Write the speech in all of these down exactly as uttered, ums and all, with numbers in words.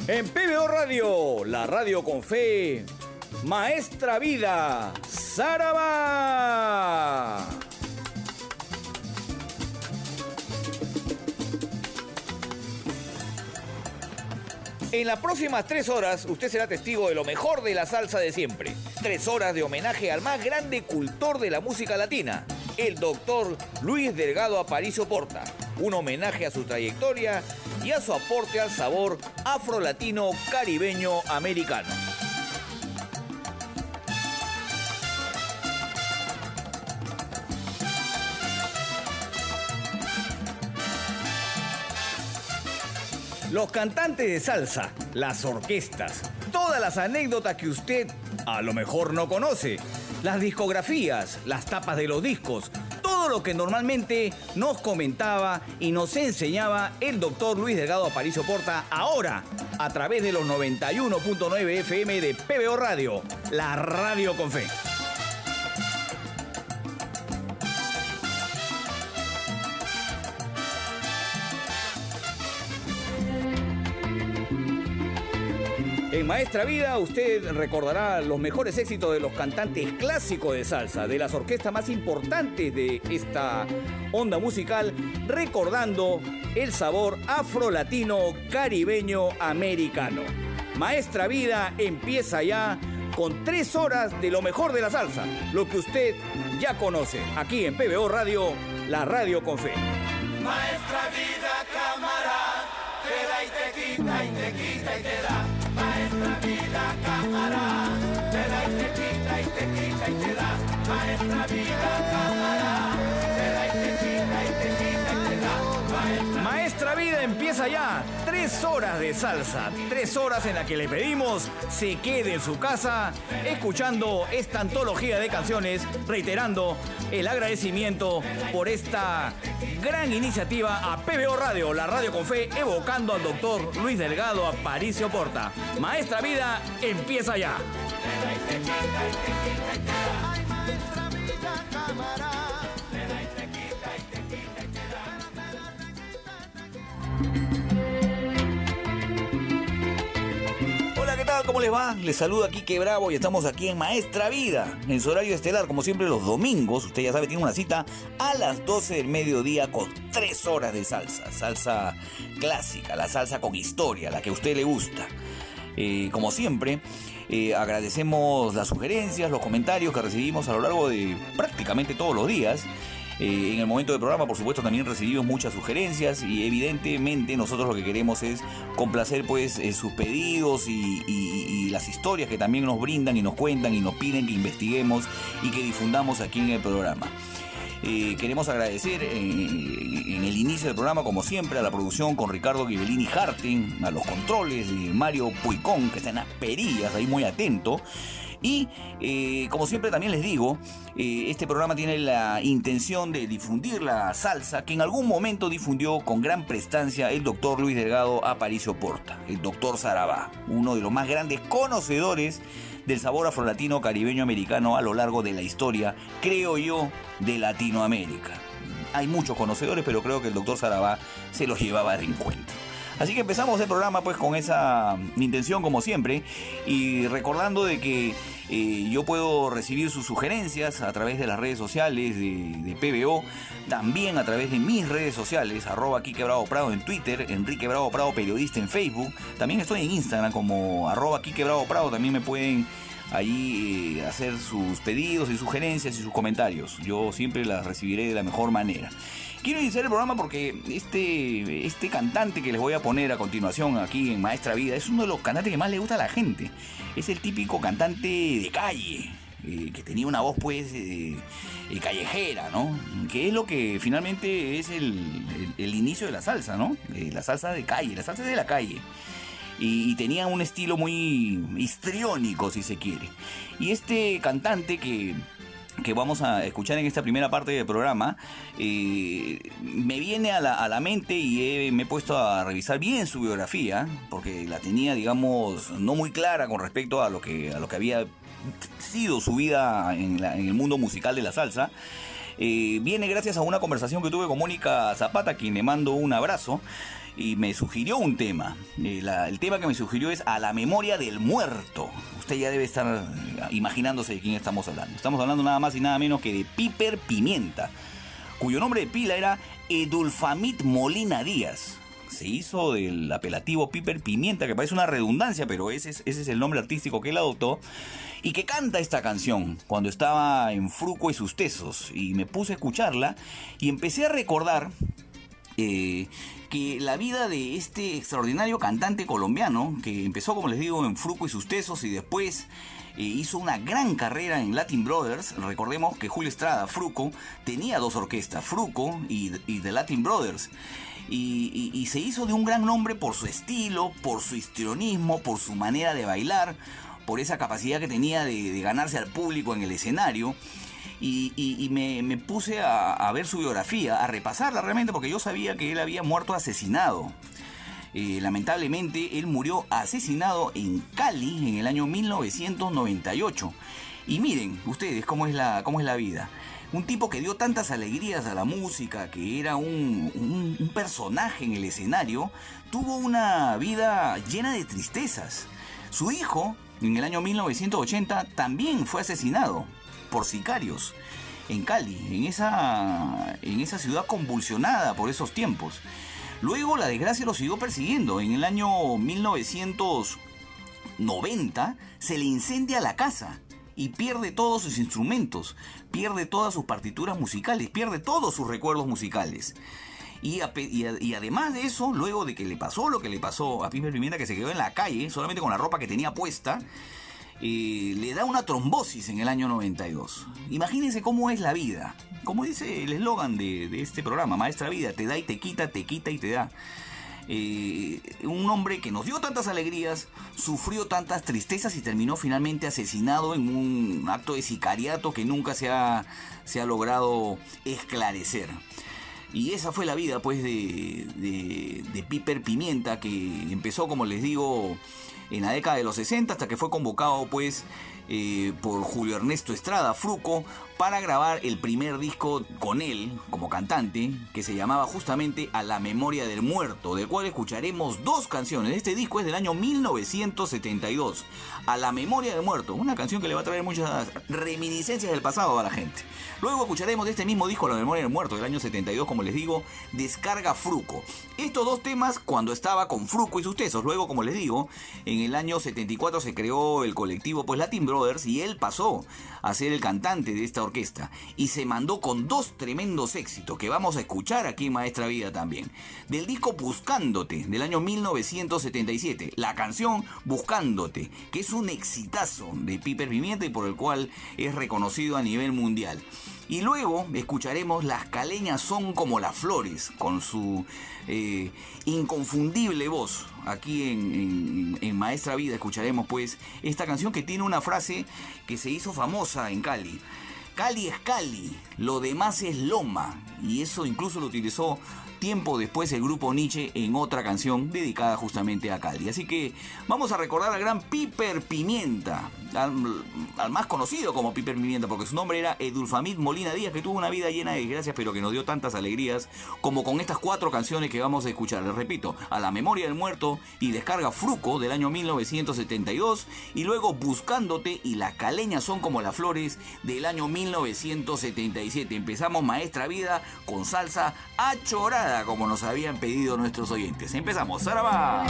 En P B O Radio, la radio con fe, Maestra Vida, Sarabá. En las próximas tres horas, usted será testigo de lo mejor de la salsa de siempre. Tres horas de homenaje al más grande cultor de la música latina, el doctor Luis Delgado Aparicio Porta. Un homenaje a su trayectoria y a su aporte al sabor afrolatino caribeño americano. Los cantantes de salsa, las orquestas, todas las anécdotas que usted a lo mejor no conoce, las discografías, las tapas de los discos, todo lo que normalmente nos comentaba y nos enseñaba el doctor Luis Delgado Aparicio Porta, ahora a través de los noventa y uno punto nueve F M de P B O Radio, la radio con fe. En Maestra Vida usted recordará los mejores éxitos de los cantantes clásicos de salsa, de las orquestas más importantes de esta onda musical, recordando el sabor afrolatino caribeño americano. Maestra Vida empieza ya con tres horas de lo mejor de la salsa, lo que usted ya conoce, aquí en P B O Radio, la radio con fe. Maestra Vida, cámara, te da y te quita y te quita y te da. Maestra Vida, cámara, te da y te quita y te quita y te da. Maestra Vida, cámara, te da y te quita y te quita y te da. Maestra, Maestra Vida empieza ya, tres horas de salsa, tres horas en la que le pedimos se quede en su casa escuchando esta antología de canciones, reiterando el agradecimiento por esta gran iniciativa a P B O Radio, la radio con fe, evocando al doctor Luis Delgado Aparicio Porta. Maestra Vida empieza ya. Ay, Maestra Vida, cámara, te da y te quita y te quita y te da. Hola, ¿qué tal? ¿Cómo les va? Les saluda Quique Bravo y estamos aquí en Maestra Vida, en su horario estelar, como siempre los domingos. Usted ya sabe, tiene una cita a las doce del mediodía con tres horas de salsa. Salsa clásica, la salsa con historia, la que a usted le gusta. Eh, como siempre, eh, agradecemos las sugerencias, los comentarios que recibimos a lo largo de prácticamente todos los días. Eh, en el momento del programa, por supuesto, también recibimos muchas sugerencias y evidentemente nosotros lo que queremos es complacer pues eh, sus pedidos y, y, y las historias que también nos brindan y nos cuentan y nos piden que investiguemos y que difundamos aquí en el programa. Eh, queremos agradecer eh, en el inicio del programa, como siempre, a la producción con Ricardo Ghibellini Harten, a los controles de Mario Puicón, que está en las perillas, ahí muy atento. Y eh, como siempre también les digo, eh, este programa tiene la intención de difundir la salsa que en algún momento difundió con gran prestancia el doctor Luis Delgado Aparicio Porta, el doctor Sarabá, uno de los más grandes conocedores del sabor afrolatino caribeño americano a lo largo de la historia, creo yo, de Latinoamérica. Hay muchos conocedores, pero creo que el doctor Sarabá se los llevaba de encuentro. Así que empezamos el programa pues con esa intención como siempre y recordando de que eh, yo puedo recibir sus sugerencias a través de las redes sociales de, de P B O, también a través de mis redes sociales, arroba Quique Bravo Prado en Twitter, Enrique Bravo Prado periodista en Facebook, también estoy en Instagram como arroba Quique Bravo Prado, también me pueden ahí eh, hacer sus pedidos y sugerencias y sus comentarios, yo siempre las recibiré de la mejor manera. Quiero iniciar el programa porque este, este cantante que les voy a poner a continuación aquí en Maestra Vida es uno de los cantantes que más le gusta a la gente. Es el típico cantante de calle, eh, que tenía una voz pues eh, eh, callejera, ¿no? Que es lo que finalmente es el, el, el inicio de la salsa, ¿no? Eh, la salsa de calle, la salsa de la calle. Y, y tenía un estilo muy histriónico, si se quiere. Y este cantante que... que vamos a escuchar en esta primera parte del programa, eh, me viene a la, a la mente y he, me he puesto a revisar bien su biografía, porque la tenía, digamos, no muy clara con respecto a lo que, a lo que había sido su vida en, la, en el mundo musical de la salsa. Eh, viene gracias a una conversación que tuve con Mónica Zapata, a quien le mando un abrazo. y me sugirió un tema. Eh, la, el tema que me sugirió es A la memoria del muerto. Usted ya debe estar imaginándose de quién estamos hablando. Estamos hablando nada más y nada menos que de Piper Pimienta, cuyo nombre de pila era Edulfamid Molina Díaz. Se hizo del apelativo Piper Pimienta, que parece una redundancia, pero ese es, ese es el nombre artístico que él adoptó, y que canta esta canción cuando estaba en Fruco y sus tesos. Y me puse a escucharla y empecé a recordar eh, que la vida de este extraordinario cantante colombiano, que empezó, como les digo, en Fruco y sus tesos y después eh, hizo una gran carrera en Latin Brothers. Recordemos que Julio Estrada, Fruco, tenía dos orquestas, Fruco y, y The Latin Brothers. Y, y, y se hizo de un gran nombre por su estilo, por su histrionismo, por su manera de bailar, por esa capacidad que tenía de, de ganarse al público en el escenario. Y, y, y me, me puse a, a ver su biografía, a repasarla realmente, porque yo sabía que él había muerto asesinado. Eh, lamentablemente, él murió asesinado en Cali en el año mil novecientos noventa y ocho. Y miren ustedes cómo es la, cómo es la vida. Un tipo que dio tantas alegrías a la música, que era un, un, un personaje en el escenario, tuvo una vida llena de tristezas. Su hijo, en el año mil novecientos ochenta, también fue asesinado por sicarios en Cali, en esa, en esa ciudad convulsionada por esos tiempos. Luego la desgracia lo siguió persiguiendo. En el año mil novecientos noventa se le incendia la casa y pierde todos sus instrumentos, pierde todas sus partituras musicales, pierde todos sus recuerdos musicales. Y, a, y, a, y además de eso, luego de que le pasó lo que le pasó a Piper Pimienta, que se quedó en la calle solamente con la ropa que tenía puesta, eh, le da una trombosis en el año noventa y dos. Imagínense cómo es la vida. Como dice el eslogan de, de este programa, Maestra Vida, te da y te quita, te quita y te da. Eh, un hombre que nos dio tantas alegrías, sufrió tantas tristezas y terminó finalmente asesinado en un acto de sicariato que nunca se ha, se ha logrado esclarecer. Y esa fue la vida, pues, de, de, de Piper Pimienta, que empezó, como les digo, en la década de los sesenta, hasta que fue convocado, pues, eh, por Julio Ernesto Estrada, Fruco, para grabar el primer disco con él, como cantante, que se llamaba justamente A la memoria del muerto, del cual escucharemos dos canciones. Este disco es del año mil novecientos setenta y dos, A la memoria del muerto, una canción que le va a traer muchas reminiscencias del pasado a la gente. Luego escucharemos de este mismo disco, A la memoria del muerto, del año setenta y dos, como les digo, Descarga Fruco. Estos dos temas cuando estaba con Fruco y sus tesos. Luego, como les digo, en el año setenta y cuatro se creó el colectivo, pues, Latin Brothers, y él pasó a ser el cantante de esta orquesta y se mandó con dos tremendos éxitos que vamos a escuchar aquí en Maestra Vida también. Del disco Buscándote, del año mil novecientos setenta y siete, la canción Buscándote, que es un exitazo de Piper Pimienta y por el cual es reconocido a nivel mundial. Y luego escucharemos Las caleñas son como las flores, con su eh, inconfundible voz. Aquí en, en, en Maestra Vida escucharemos, pues, esta canción que tiene una frase que se hizo famosa en Cali. Cali es Cali, lo demás es loma. Y eso incluso lo utilizó tiempo después el grupo Nietzsche en otra canción dedicada justamente a Cali. Así que vamos a recordar al gran Piper Pimienta, al, al más conocido como Piper Pimienta, porque su nombre era Edulfamid Molina Díaz, que tuvo una vida llena de desgracias, pero que nos dio tantas alegrías como con estas cuatro canciones que vamos a escuchar. Les repito, A la memoria del muerto y Descarga Fruco del año mil novecientos setenta y dos, y luego Buscándote y Las caleñas son como las flores del año mil novecientos setenta y siete. Empezamos Maestra Vida con salsa achorada, como nos habían pedido nuestros oyentes. Empezamos, ahora va.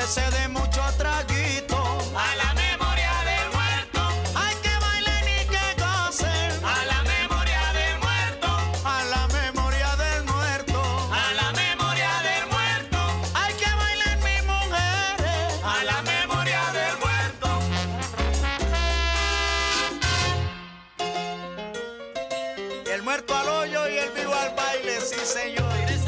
se dé mucho traguito a la memoria del muerto. Hay que bailen y que gocen a la memoria del muerto. A la memoria del muerto. A la memoria del muerto. Hay que bailen mis mujeres a la memoria del muerto. El muerto al hoyo y el vivo al baile, sí señor.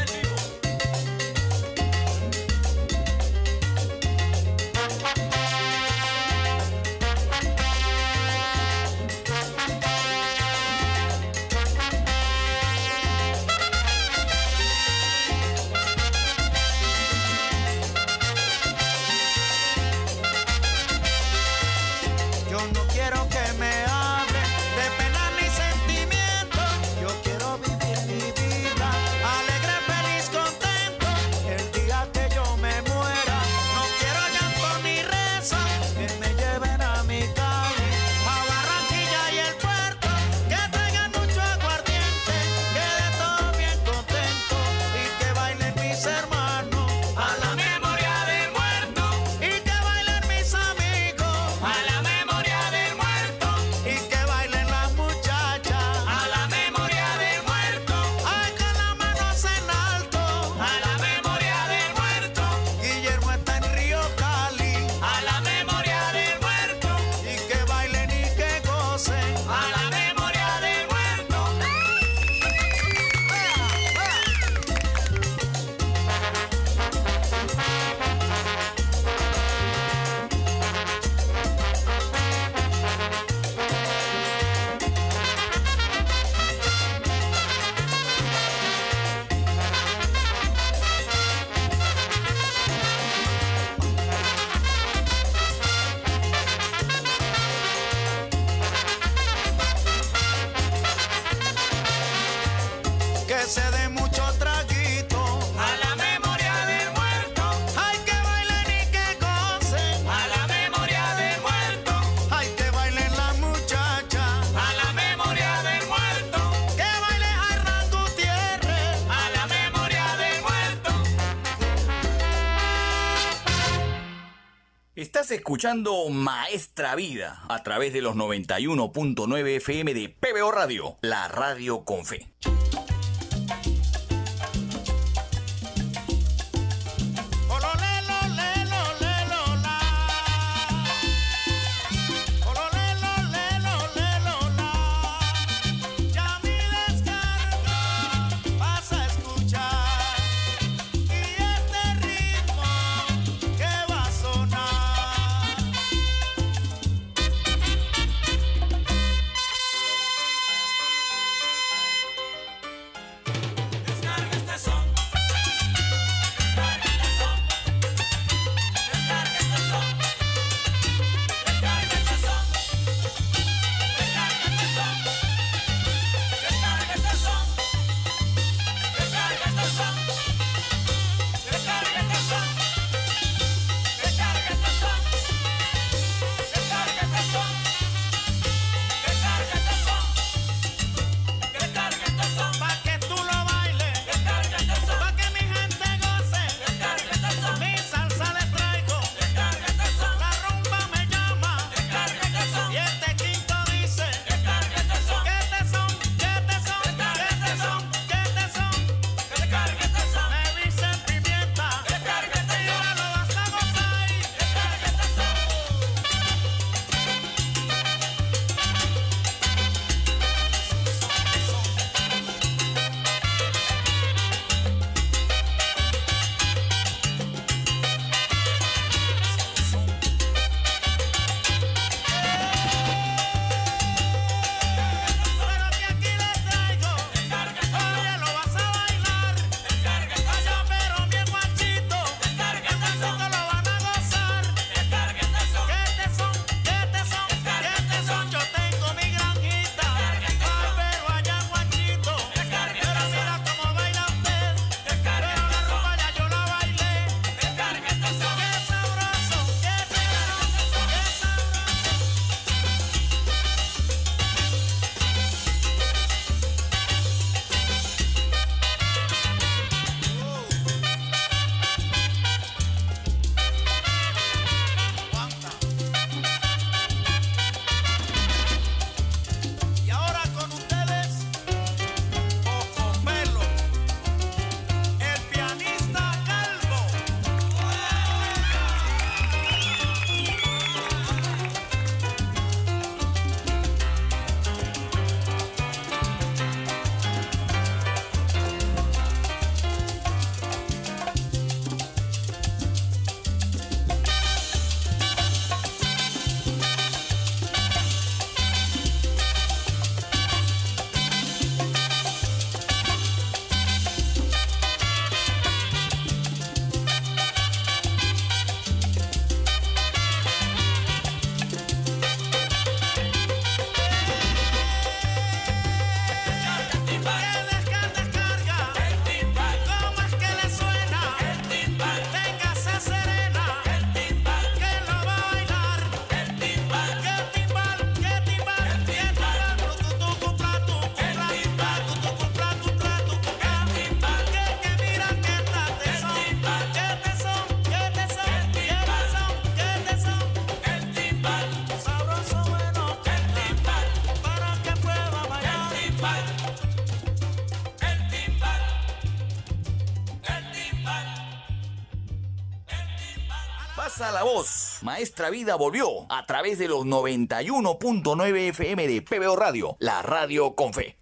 Se dé mucho traguito a la memoria del muerto. Hay que bailen y que gocen a la memoria del muerto. Hay que bailen las muchachas a la memoria del muerto. Que baile Hernán Gutiérrez a la memoria del muerto. Estás escuchando Maestra Vida a través de los noventa y uno punto nueve F M de P B O Radio, la radio con fe. Pasa la voz. Maestra Vida volvió a través de los noventa y uno punto nueve F M de P B O Radio, la radio con fe.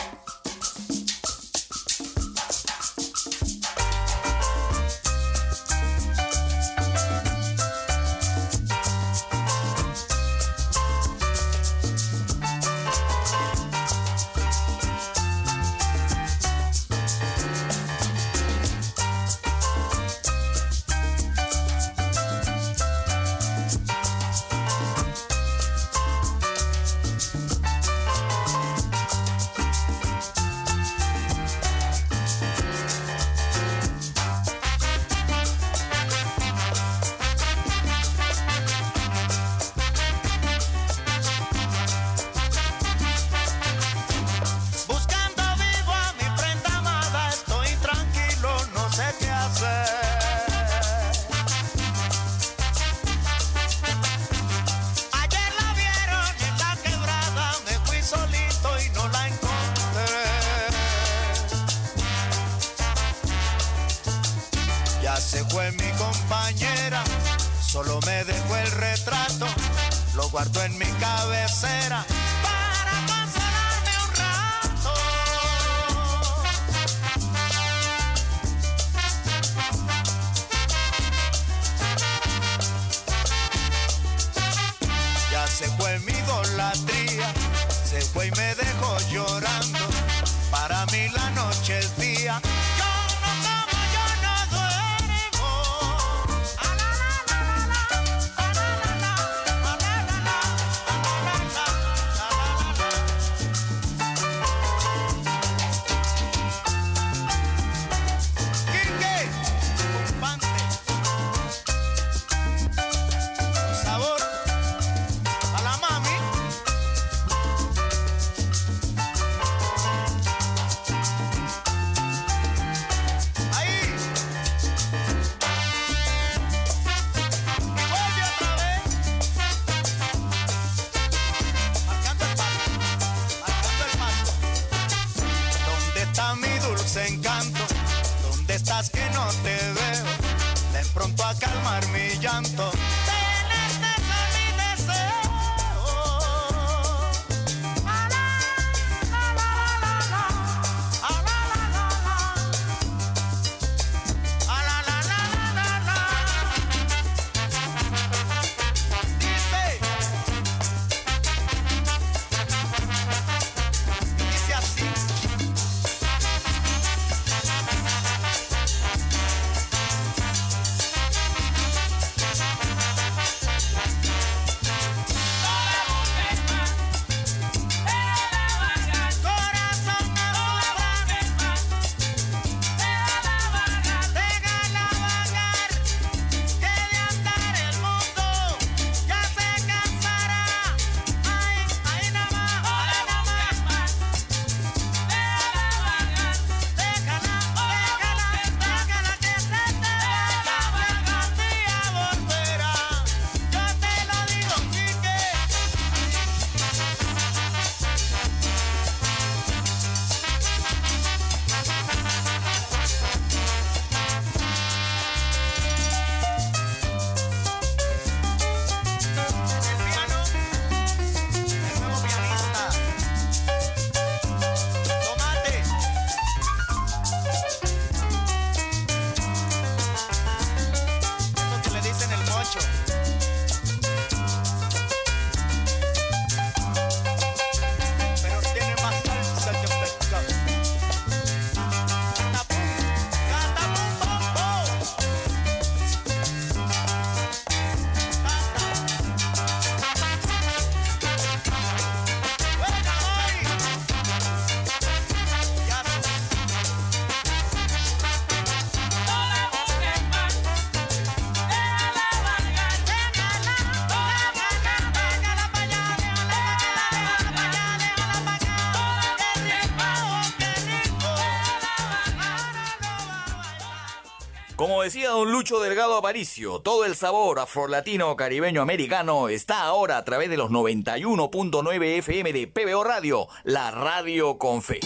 Como decía don Lucho Delgado Aparicio, todo el sabor afrolatino, caribeño, americano está ahora a través de los noventa y uno punto nueve F M de P B O Radio, la radio con fe.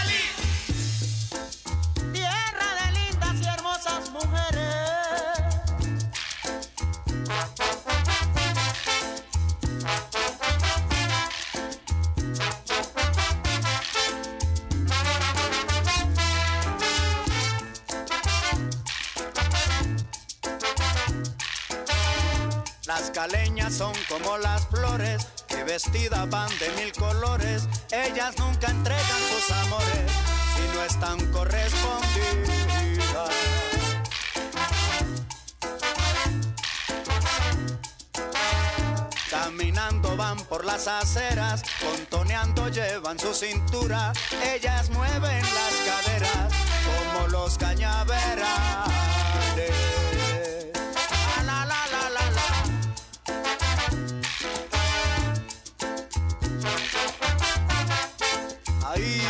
Tierra de lindas y hermosas mujeres, Las caleñas son como las flores que vestidas van de mil colores. Ellas nunca entregan sus amores si no están correspondidas. Caminando van por las aceras, contoneando llevan su cintura. Ellas mueven las caderas como los cañaverales. La, la, la, la, la. Ahí.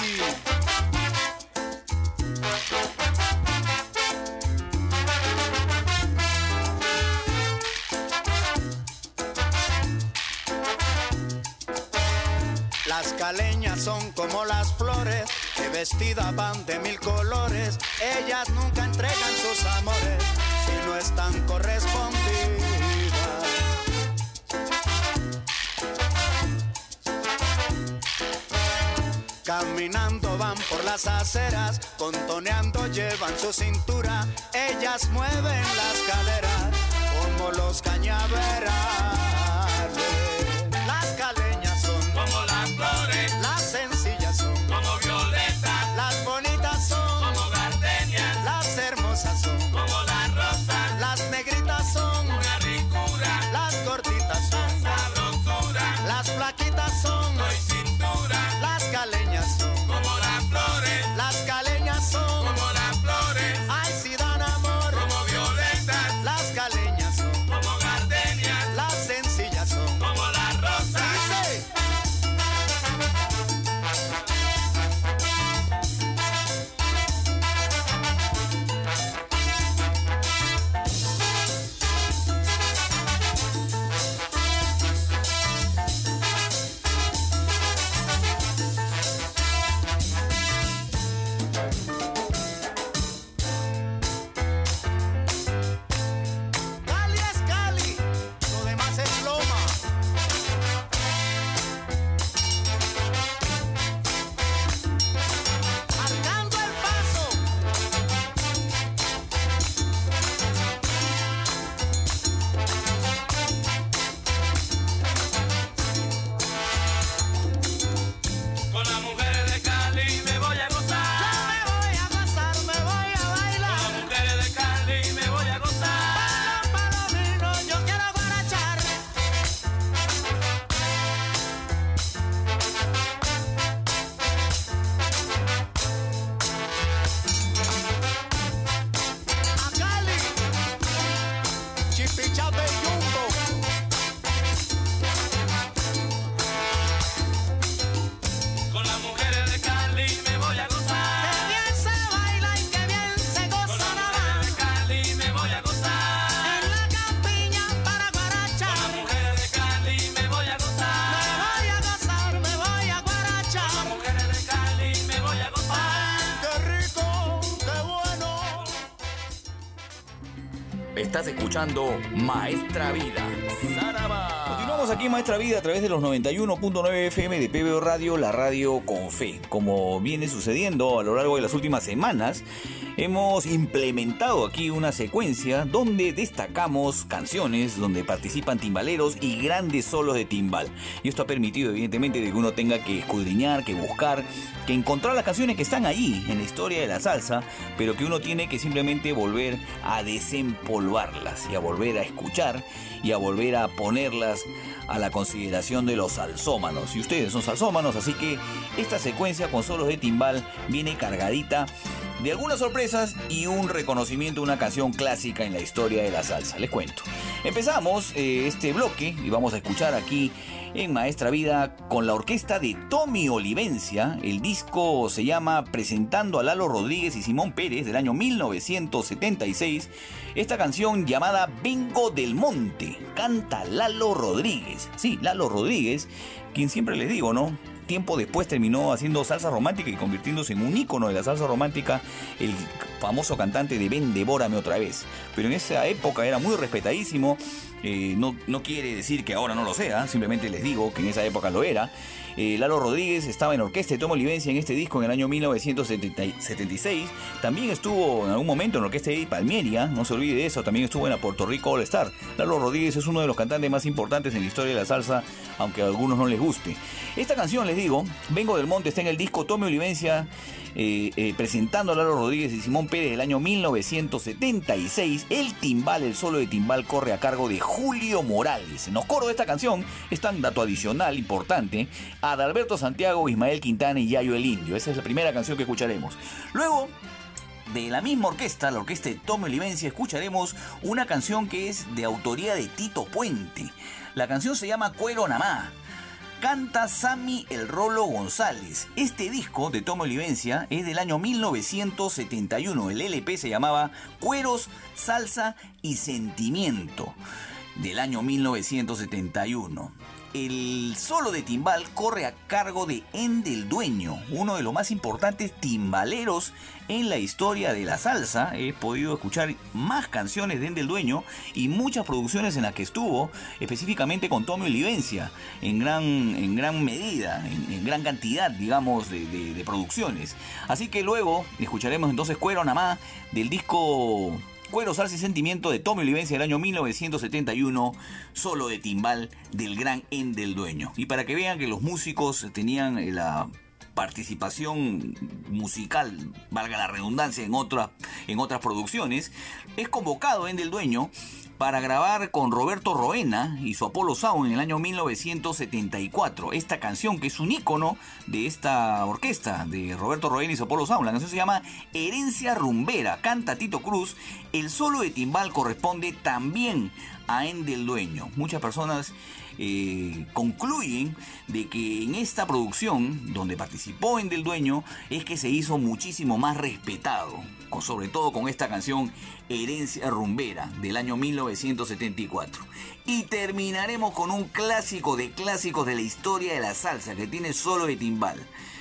Las caleñas son como las flores que vestidas van de mil colores. Ellas nunca entregan sus amores si no están correspondidas. Caminando van por las aceras, contoneando llevan su cintura. Ellas mueven las caderas como los cañaverales. Las caleñas son como las flores, las sencillas son como violetas, las bonitas son como gardenias, las hermosas son como las rosas, las negritas son una ricura, las gorditas son sabrosura, las flaquitas son no hay cintura, las caleñas son como las flores, las caleñas son como las flores, ay si dan amor como violetas, las caleñas son como gardenias, las sencillas son como las rosas. dice Cali es Cali, lo demás es Loma. Marcando el paso. Con las mujeres de Cali me voy a Yo gozar, me voy a gozar, me voy a con las bailar. mujeres de Cali me voy a gozar. Palomino, yo quiero guarachar. A Cali, Chipichape Jumbo. Con las mujeres de Cali me voy a Qué gozar, bien se baila y qué bien se con goza las nada mujeres más. de Cali me voy a gozar, En la campiña para con las guarachar. mujeres de Cali me voy a Me gozar, voy a gozar, me voy a con las guarachar. mujeres de Cali me voy a gozar. Qué rico, qué bueno. Estás escuchando Maestra Vida. ¡Zaraba! Continuamos aquí en Maestra Vida a través de los noventa y uno punto nueve F M de P B O Radio, la radio con fe. Como viene sucediendo a lo largo de las últimas semanas, hemos implementado aquí una secuencia donde destacamos canciones donde participan timbaleros y grandes solos de timbal. Y esto ha permitido evidentemente de que uno tenga que escudriñar, que buscar, que encontrar las canciones que están ahí en la historia de la salsa, pero que uno tiene que simplemente volver a desempolvarlas y a volver a escuchar y a volver a ponerlas a la consideración de los salsómanos. Y ustedes son salsómanos, así que esta secuencia con solos de timbal viene cargadita de algunas sorpresas y un reconocimiento de una canción clásica en la historia de la salsa. Les cuento. Empezamos eh, este bloque y vamos a escuchar aquí en Maestra Vida con la orquesta de Tommy Olivencia. El disco se llama Presentando a Lalo Rodríguez y Simón Pérez del año mil novecientos setenta y seis. Esta canción llamada Vengo del Monte. Canta Lalo Rodríguez. Sí, Lalo Rodríguez, quien siempre les digo, ¿no? tiempo después terminó haciendo salsa romántica y convirtiéndose en un ícono de la salsa romántica, el famoso cantante de Ven, devórame otra vez. Pero en esa época era muy respetadísimo. Eh, no, no quiere decir que ahora no lo sea, simplemente les digo que en esa época lo era. Eh, Lalo Rodríguez estaba en la orquesta de Tomo Olivencia en este disco en el año mil novecientos setenta y seis. También estuvo en algún momento en la orquesta de Eddie Palmieri, no se olvide de eso. También estuvo en la Puerto Rico All Star. Lalo Rodríguez es uno de los cantantes más importantes en la historia de la salsa, aunque a algunos no les guste. Esta canción, les digo, Vengo del Monte, está en el disco Tomo Olivencia, eh, eh, presentando a Lalo Rodríguez y Simón Pérez del año mil novecientos setenta y seis. El timbal, el solo de timbal corre a cargo de Julio Morales. En los coros de esta canción está un dato adicional importante: Adalberto Santiago, Ismael Quintana y Yayo el Indio. Esa es la primera canción que escucharemos. Luego, de la misma orquesta, la orquesta de Tomo Olivencia, escucharemos una canción que es de autoría de Tito Puente. La canción se llama Cuero Namá. Canta Sammy El Rolo González. Este disco de Tomo Olivencia es del año mil novecientos setenta y uno. El L P se llamaba Cueros, Salsa y Sentimiento, del año mil novecientos setenta y uno. El solo de timbal corre a cargo de Endel Dueño, uno de los más importantes timbaleros en la historia de la salsa. He podido escuchar más canciones de Endel Dueño y muchas producciones en las que estuvo, específicamente con Tomo Olivencia, en gran, en gran medida, en, en gran cantidad, digamos, de, de, de producciones. Así que luego escucharemos entonces Cuero Namá del disco Cuero, Salsa y Sentimiento de Tomo Olivencia del año mil novecientos setenta y uno, solo de timbal del gran Endel Dueño. Y para que vean que los músicos tenían la participación musical, valga la redundancia, en otras, en otras producciones, es convocado Endel Dueño para grabar con Roberto Roena y su Apollo Sound en el año mil novecientos setenta y cuatro. Esta canción, que es un ícono de esta orquesta de Roberto Roena y su Apollo Sound. La canción se llama Herencia Rumbera, canta Tito Cruz. El solo de timbal corresponde también a Endel Dueño. Muchas personas eh, concluyen de que en esta producción, donde participó Endel Dueño, es que se hizo muchísimo más respetado, con, sobre todo con esta canción Herencia Rumbera del año mil novecientos setenta y cuatro. Y terminaremos con un clásico de clásicos de la historia de la salsa, que tiene solo de timbal.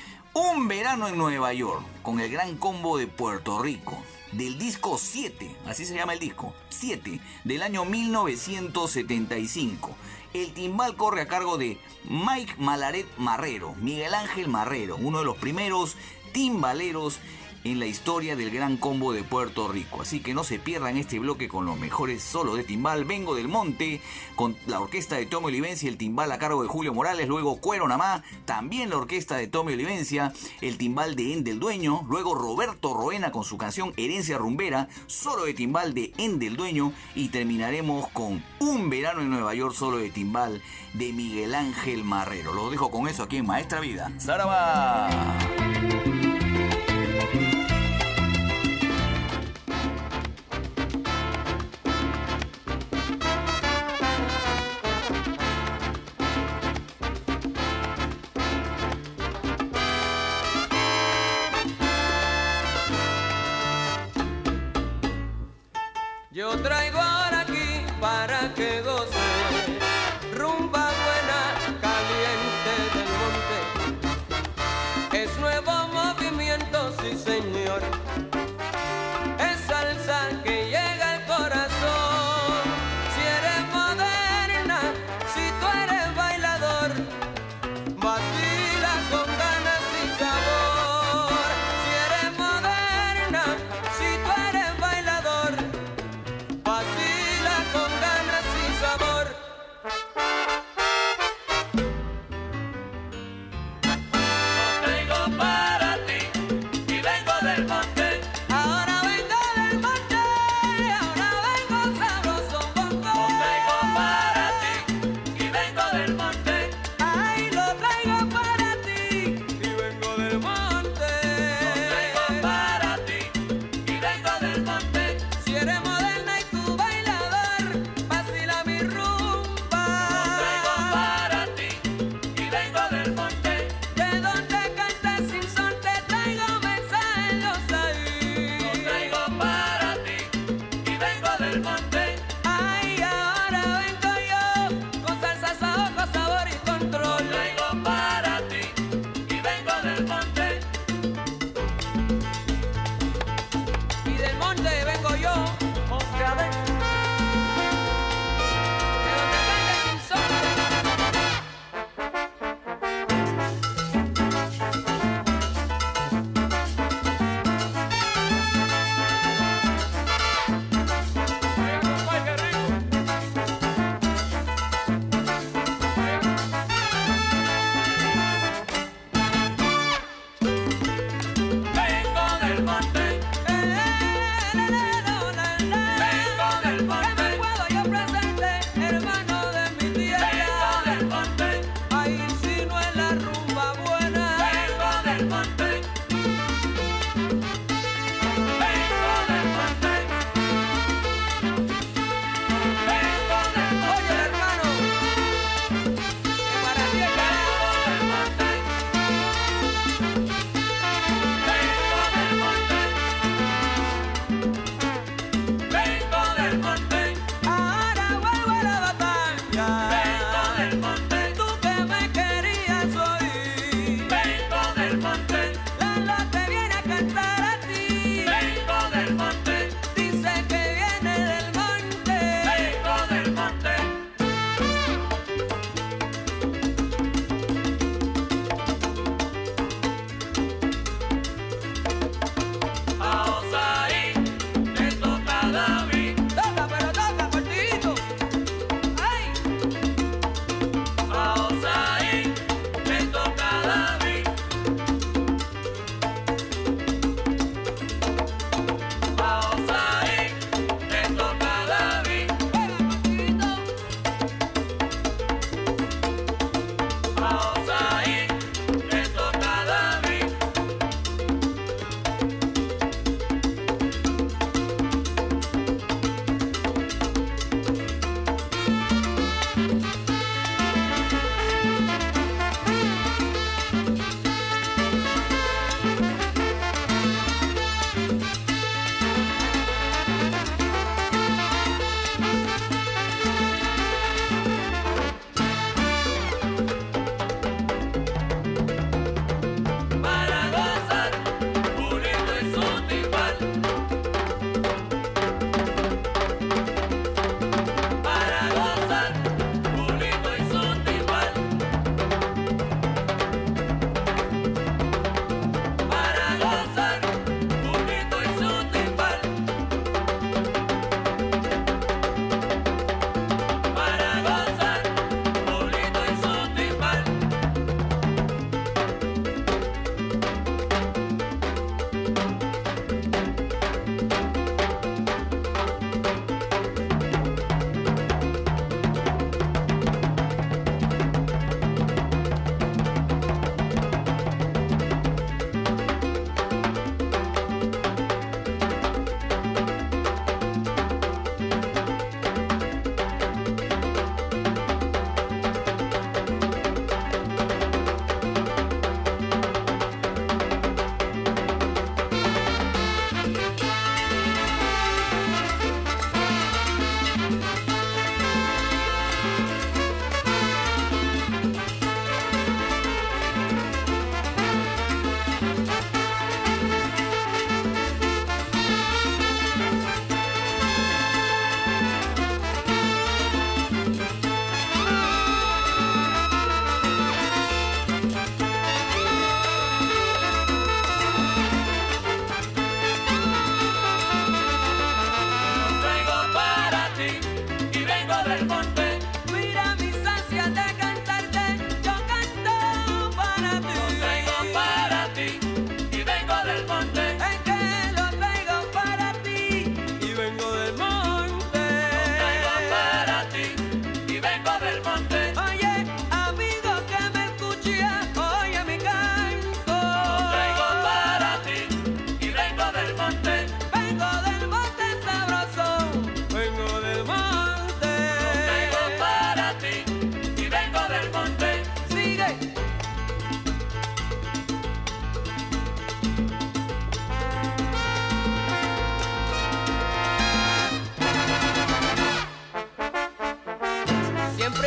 Un verano en Nueva York, con el gran combo de Puerto Rico, del disco siete, así se llama el disco, siete, del año mil novecientos setenta y cinco. El timbal corre a cargo de Mike Malaret Marrero, Miguel Ángel Marrero, uno de los primeros timbaleros en la historia del gran combo de Puerto Rico. Así que no se pierdan este bloque con los mejores solos de timbal. Vengo del Monte, con la orquesta de Tomo Olivencia, el timbal a cargo de Julio Morales. Luego Cuero Namá, también la orquesta de Tomo Olivencia, el timbal de Endel Dueño. Luego Roberto Roena con su canción Herencia Rumbera, solo de timbal de Endel Dueño. Y terminaremos con Un verano en Nueva York, solo de timbal de Miguel Ángel Marrero. Los dejo con eso aquí en Maestra Vida. ¡Saraba! Yo traigo ahora aquí para que goce rumba buena, caliente del monte. Es nuevo movimiento, sí señor. Es salsa que llega al corazón. Si eres moderna, si tú eres bailador, vacila con ganas y sabor. Si eres moderna, si tú eres bailador, vacila con ganas y sabor. Lo traigo para ti y vengo del monte. Ahora vengo del monte, ahora vengo sabroso un poco. Lo traigo para ti y vengo del monte. Ay, lo traigo para ti y vengo del monte. Lo traigo para ti y vengo del monte. Si eres moderna y tu bailador, vacila mi rumba. Lo traigo para ti y vengo del monte. De donde cantes sin son te traigo mensajes ahí. Lo traigo para ti y vengo del monte. Ay, ahora vengo yo con salsa, saoco, sabor y Lo control. traigo para ti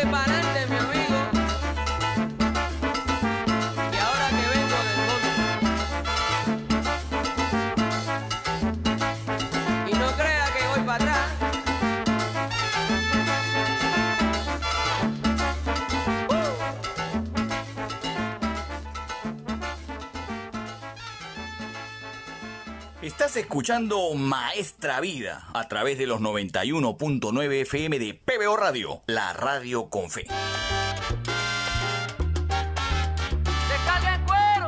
Dale pa'lante, mi amigo. Y ahora que vengo del monte. Y no crea que voy para atrás. Estás escuchando Maestra Vida a través de los noventa y uno punto nueve F M de P B O Radio, la radio con fe. Descarga el cuero.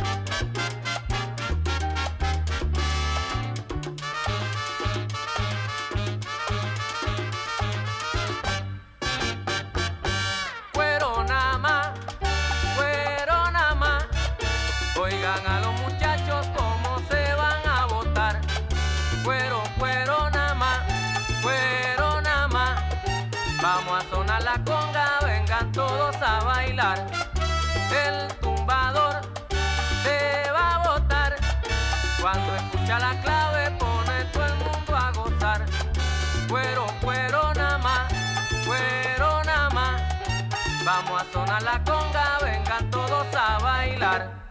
Cuero nada más, cuero nada más. Oigan a los muchachos cómo se van a botar. Cuero, cuero nada más, cuero nada más. Vamos a sonar la conga, vengan todos a bailar. El tumbador se va a botar. Cuando escucha la clave pone todo el mundo a gozar. Cuero, cuero nada más, cuero nada más. Vamos a sonar la conga, vengan todos a bailar.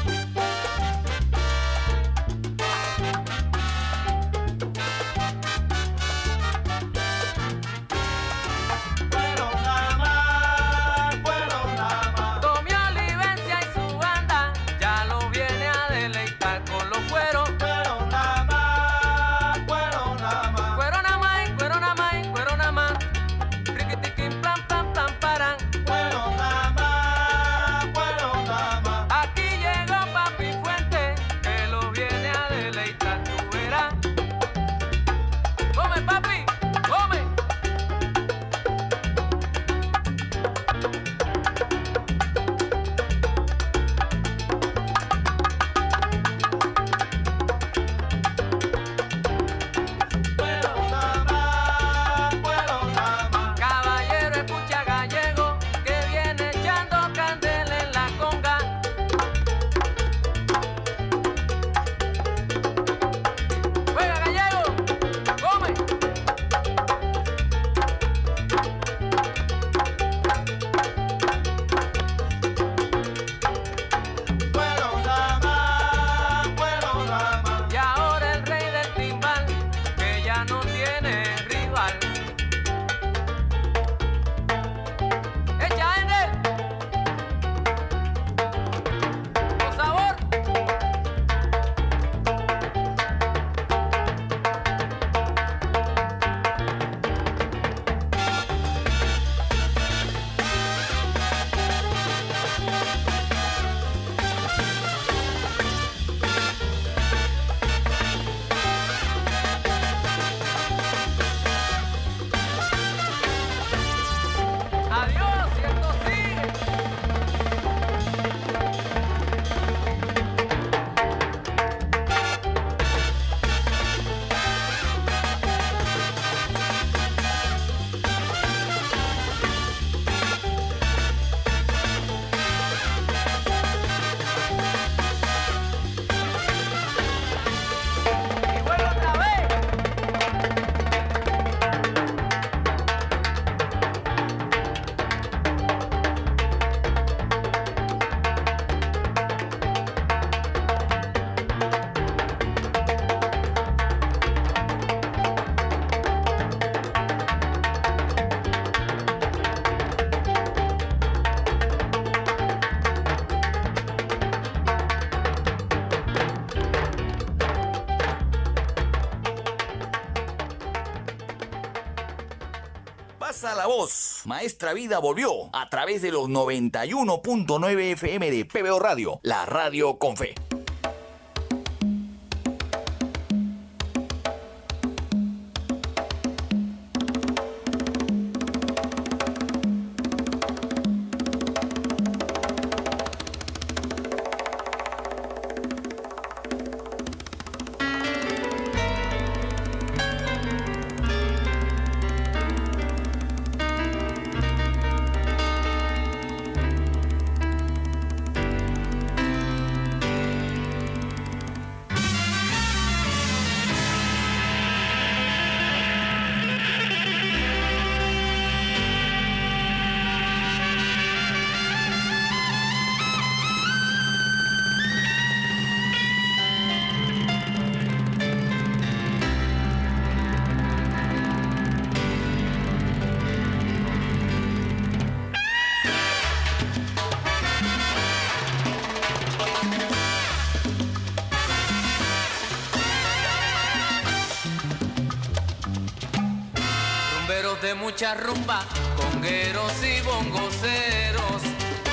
Pasa la voz. Maestra Vida volvió a través de los noventa y uno punto nueve F M de P B O Radio, la radio con fe. rumberos de mucha rumba, congueros y bongoceros.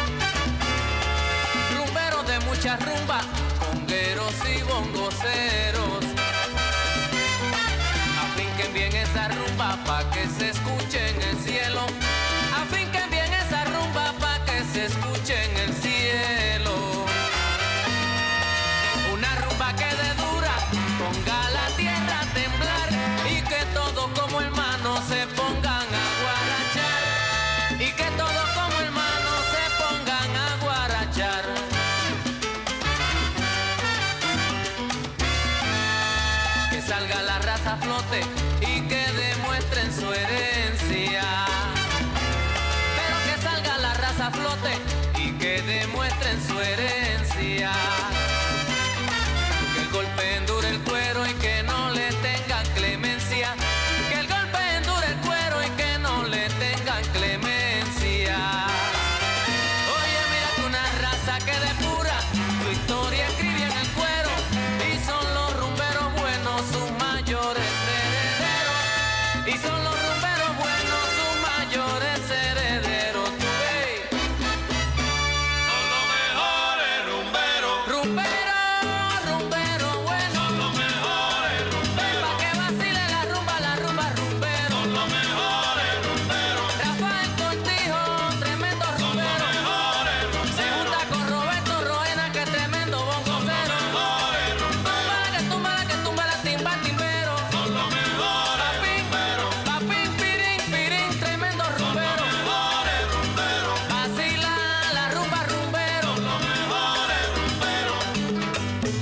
Rumberos de mucha rumba, congueros y bongoceros. Afinquen bien esa rumba pa' que se escuche en el cielo. Afinquen bien esa rumba pa' que se escuche en el cielo. Una rumba que de dura ponga la tierra a temblar y que todos como hermanos se pongan a guarachar. Y que todos como hermanos se pongan a guarachar. Que salga la raza a flote y que demuestren su herencia. Pero que salga la raza a flote y que demuestren su herencia. Que el golpe endure el cuero y que no le tengan clemencia. Que el golpe endure el cuero y que no le tengan clemencia. Oye, mira que una raza que depura su historia escribe en el cuero y son los rumberos buenos sus mayores herederos. Y son los rumberos buenos sus mayores herederos. Tú ves. Son los mejores rumberos. Rumbero, rumbero bueno. Son los mejores rumberos. Pa' que vacile la rumba, la rumba rumbero. Son los mejores rumberos. Rafael Cortijo, tremendo Son los rumbero. mejores Se rumberos. junta con Roberto Roena, que es tremendo bongocero. Mejores rumberos. Tumba la que tumba la que tumba la timba timbero. Son los mejores Papín, rumberos. papín, pirín, pirín, tremendo rumbero. Mejores rumberos. Vacila la rumba rumbero. Son los mejores rumberos.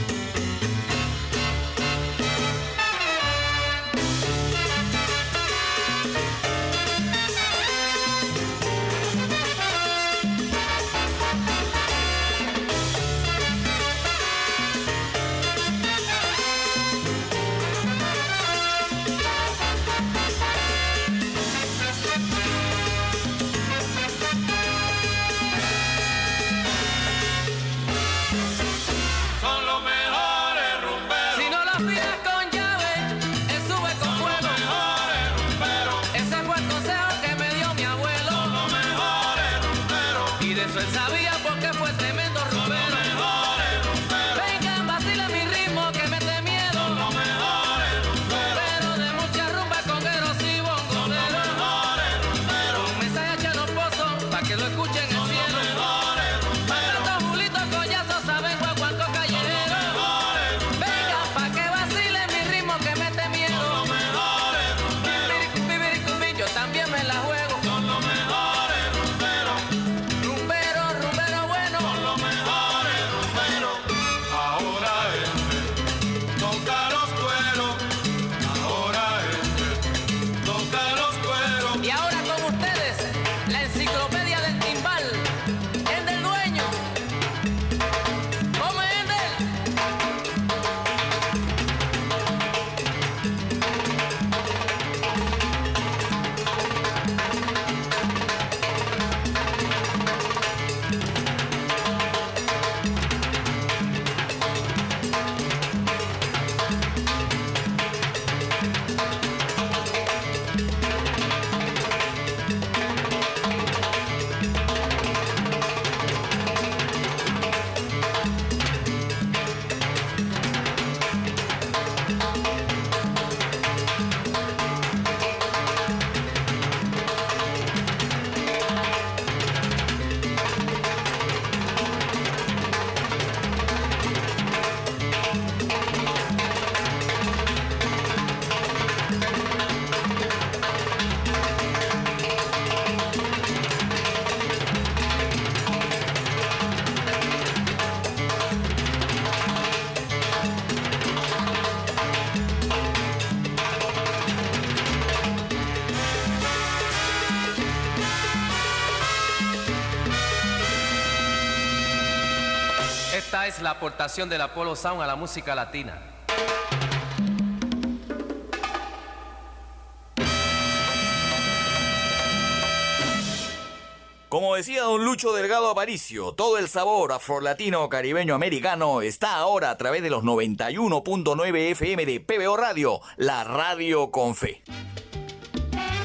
Son los mejores rumberos. Si no lo afinas con llave, él sube con fuego. Mejores rumberos. Ese fue el consejo que me dio mi abuelo. Los mejores rumberos. Y de eso él sabía porque fue tremendo rumbero. Mejores rumberos. Vengan, vacile mi ritmo que mete miedo. Los mejores rumberos. Pero de mucha rumba, congueros y bongoceros. Mejores rumberos. Un mensaje a los pozos pa' que lo escuchen en el cielo. Mejores rumberos. Estos Julitos Collazos saben guaguanco callejero. Mejores Venga, pa' que vacile mi ritmo que mete miedo. mejores rumberos. Pibiricumbi, yo también me la juego. Son los mejores rumberos. Rumbero, rumbero bueno. Los mejores rumberos. Ahora este toca los cueros. Ahora este toca los cueros. Y ahora con ustedes, la enciclopedia del timbal. Es del dueño. ¿Cómo es del? Esta es la aportación del Apollo Sound a la música latina. Como decía don Lucho Delgado Aparicio, todo el sabor afrolatino, caribeño, americano está ahora a través de los noventa y uno punto nueve F M de P B O Radio, la radio con fe.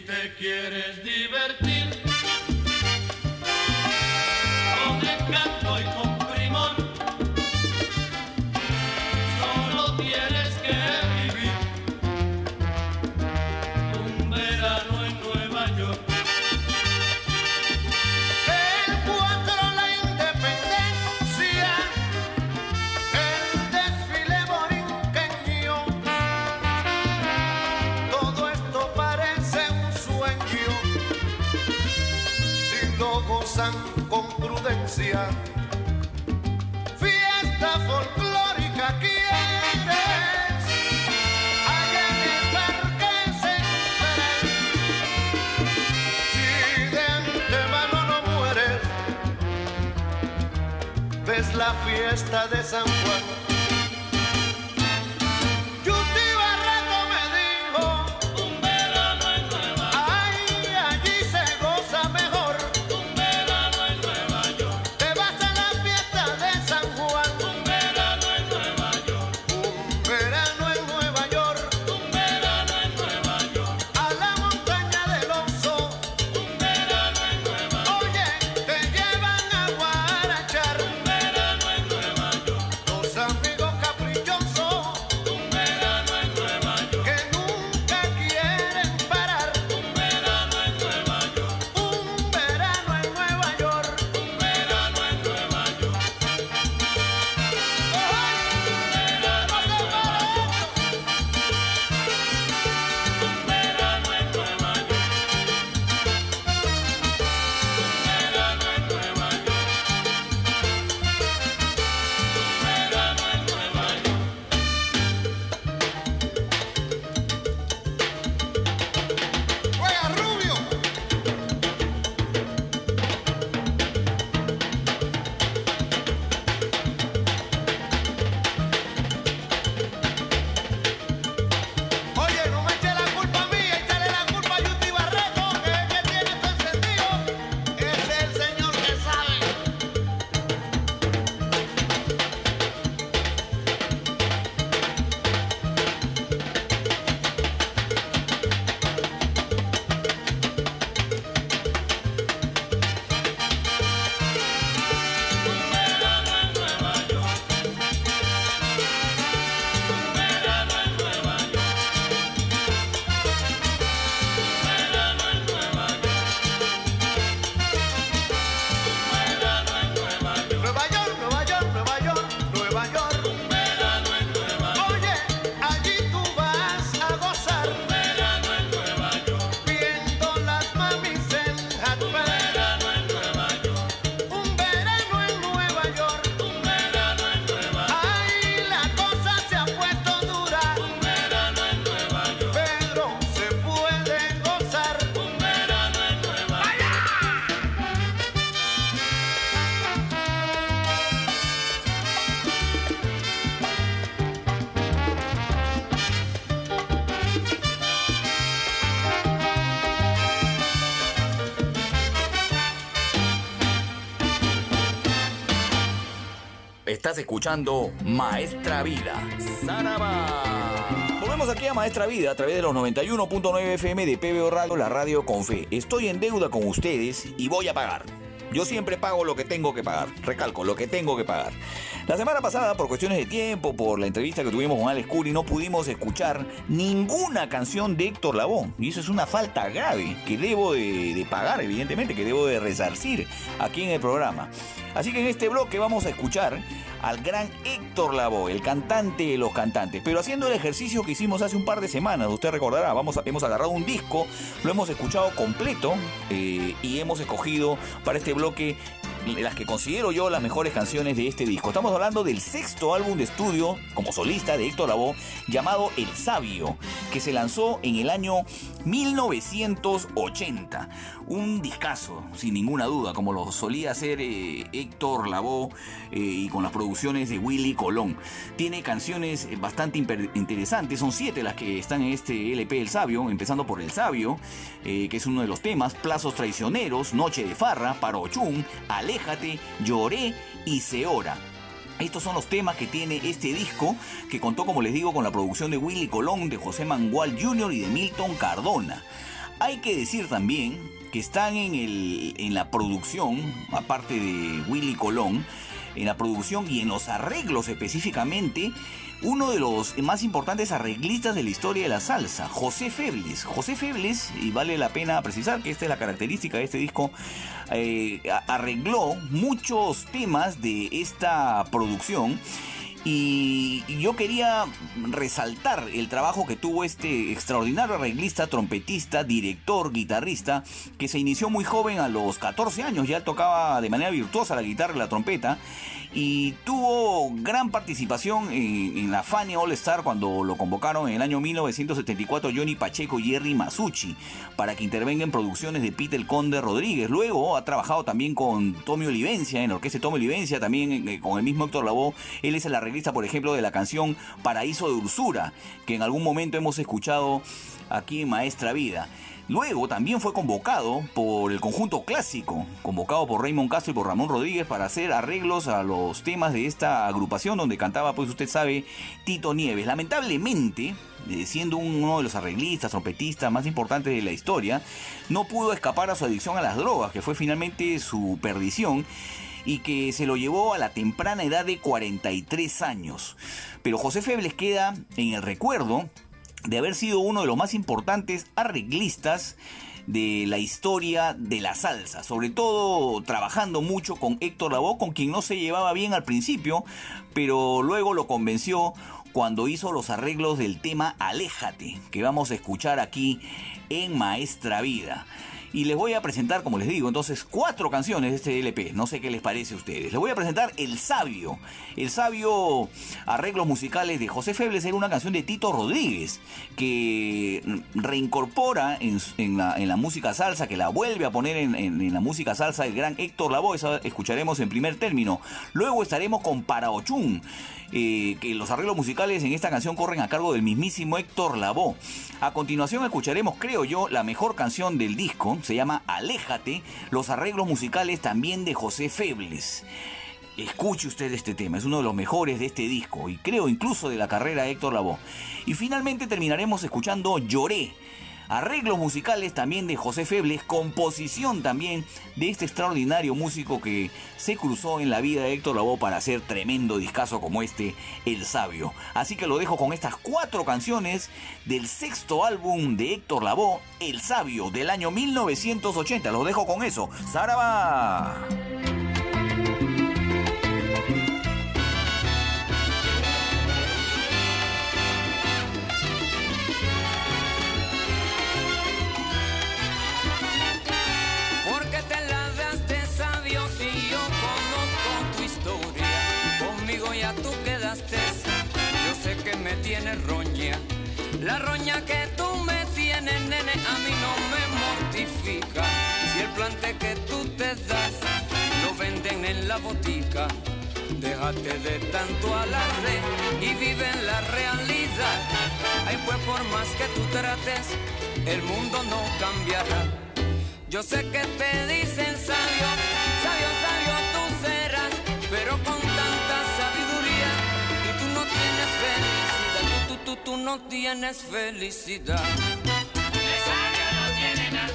te quieres divertir con el canto y con primor, solo tienes que vivir un verano en Nueva York. El cuatro la independencia, el desfile borinqueño, todo esto parece un sueño, si lo gozan con prudencia. Fiesta folclórica quieres, allá en el Parque Central. Si de antemano no mueres, ves la fiesta de San Juan. Yuti Barreto me dijo, Un verano en Nueva York, ay, allí se goza mejor. un verano en Nueva York, Te vas a la fiesta de San Juan. un verano en Nueva York, Un verano en Nueva York, un verano en Nueva York, a la montaña del Oso. un verano en Nueva York, Oye, te llevan a guarachar un verano en Nueva York, los amigos caprichosos un verano en Nueva York, que nunca quieren parar. un verano en Nueva York, Un verano en Nueva York. un verano en Nueva York, un verano en Nueva York, un verano en Nueva York, un verano en Nueva York. ¡Juega Rubio! Oye, no me eche la culpa a mí, échale la culpa a Yuti Barreto, que es el que tiene esto encendido. Es el señor que sabe. Un verano en Nueva York, un verano en Nueva York, un verano en Nueva York, un verano en Nueva York, Nueva York, Nueva York, Nueva York, Nueva York. un verano en Nueva York, Oye, allí tú vas a gozar un verano en Nueva York, viendo las mamis en Hatman. verano en Nueva York, Un verano en Nueva York. un verano en Nueva York, Ay, la cosa se ha puesto dura, un verano en Nueva York, pero se puede gozar. un verano en Nueva York. Estás escuchando Maestra Vida. ¡Saraba! Volvemos aquí a Maestra Vida a través de los noventa y uno punto nueve F M de P B O Radio, la radio con fe. Estoy en deuda con ustedes y voy a pagar. Yo siempre pago lo que tengo que pagar. Recalco, lo que tengo que pagar. La semana pasada, por cuestiones de tiempo, por la entrevista que tuvimos con Alex Curi, no pudimos escuchar ninguna canción de Héctor Lavoe. Y eso es una falta grave que debo de, de pagar, evidentemente, que debo de resarcir aquí en el programa. Así que en este bloque vamos a escuchar al gran Héctor Lavoe, el cantante de los cantantes, pero haciendo el ejercicio que hicimos hace un par de semanas. Usted recordará, vamos a, hemos agarrado un disco, lo hemos escuchado completo eh, y hemos escogido para este bloque las que considero yo las mejores canciones de este disco. Estamos hablando del sexto álbum de estudio como solista de Héctor Lavoe, llamado El Sabio, que se lanzó en el año mil novecientos ochenta. Un discazo, sin ninguna duda, como lo solía hacer eh, Héctor Lavoe eh, y con las producciones de Willy Colón. Tiene canciones bastante interesantes, son siete las que están en este L P El Sabio, empezando por El Sabio, eh, que es uno de los temas, Plazos Traicioneros, Noche de Farra, Parochún, Aléjate, Lloré y Seora. Estos son los temas que tiene este disco, que contó, como les digo, con la producción de Willy Colón, de José Mangual junior y de Milton Cardona. Hay que decir también que están en, el, en la producción, aparte de Willy Colón, en la producción y en los arreglos específicamente, uno de los más importantes arreglistas de la historia de la salsa, José Febles. José Febles, y vale la pena precisar que esta es la característica de este disco, eh, arregló muchos temas de esta producción. Y yo quería resaltar el trabajo que tuvo este extraordinario arreglista, trompetista, director, guitarrista, que se inició muy joven, a los catorce años, ya tocaba de manera virtuosa la guitarra y la trompeta, y tuvo gran participación en, en la Fania All Star cuando lo convocaron en el año mil novecientos setenta y cuatro Johnny Pacheco y Jerry Masucci para que intervenga en producciones de Pete el Conde Rodríguez. Luego ha trabajado también con Tommy Olivencia, en la orquesta de Tommy Olivencia, también eh, con el mismo Héctor Lavoe. Él es el arreglista, por ejemplo, de la canción Paraíso de Ursura, que en algún momento hemos escuchado aquí en Maestra Vida. Luego también fue convocado por el Conjunto Clásico, convocado por Raymond Castro y por Ramón Rodríguez para hacer arreglos a los temas de esta agrupación donde cantaba, pues usted sabe, Tito Nieves. Lamentablemente, eh, siendo uno de los arreglistas, trompetistas más importantes de la historia, no pudo escapar a su adicción a las drogas, que fue finalmente su perdición, y que se lo llevó a la temprana edad de cuarenta y tres años. Pero José Febles queda en el recuerdo de haber sido uno de los más importantes arreglistas de la historia de la salsa, sobre todo trabajando mucho con Héctor Lavoe, con quien no se llevaba bien al principio, pero luego lo convenció cuando hizo los arreglos del tema Aléjate, que vamos a escuchar aquí en Maestra Vida. Y les voy a presentar, como les digo, entonces cuatro canciones de este L P. No sé qué les parece a ustedes. Les voy a presentar El Sabio. El Sabio, arreglos musicales de José Febles, era una canción de Tito Rodríguez, que reincorpora en, en, la, en la música salsa, que la vuelve a poner en, en, en la música salsa el gran Héctor Lavoe. Esa escucharemos en primer término. Luego estaremos con Paraochún, eh, que los arreglos musicales en esta canción corren a cargo del mismísimo Héctor Lavoe. A continuación escucharemos, creo yo, la mejor canción del disco. Se llama Aléjate, los arreglos musicales también de José Febles. Escuche usted este tema, es uno de los mejores de este disco y creo incluso de la carrera de Héctor Lavoe. Y finalmente terminaremos escuchando Lloré, arreglos musicales también de José Febles, composición también de este extraordinario músico que se cruzó en la vida de Héctor Lavoe para hacer tremendo discazo como este, El Sabio. Así que lo dejo con estas cuatro canciones del sexto álbum de Héctor Lavoe, El Sabio, del año mil novecientos ochenta. Los dejo con eso. ¡Saraba! Me tienes roña, la roña que tú me tienes, nene, a mí no me mortifica. Si el plante que tú te das lo venden en la botica, déjate de tanto alarde y vive en la realidad. Ay, pues por más que tú trates, el mundo no cambiará. Yo sé que te dicen sabio, sabio, sabio tú serás, pero con tanta sabiduría y tú no tienes felicidad, tú, tú, tú, tú no tienes felicidad. El sabio no tiene nada.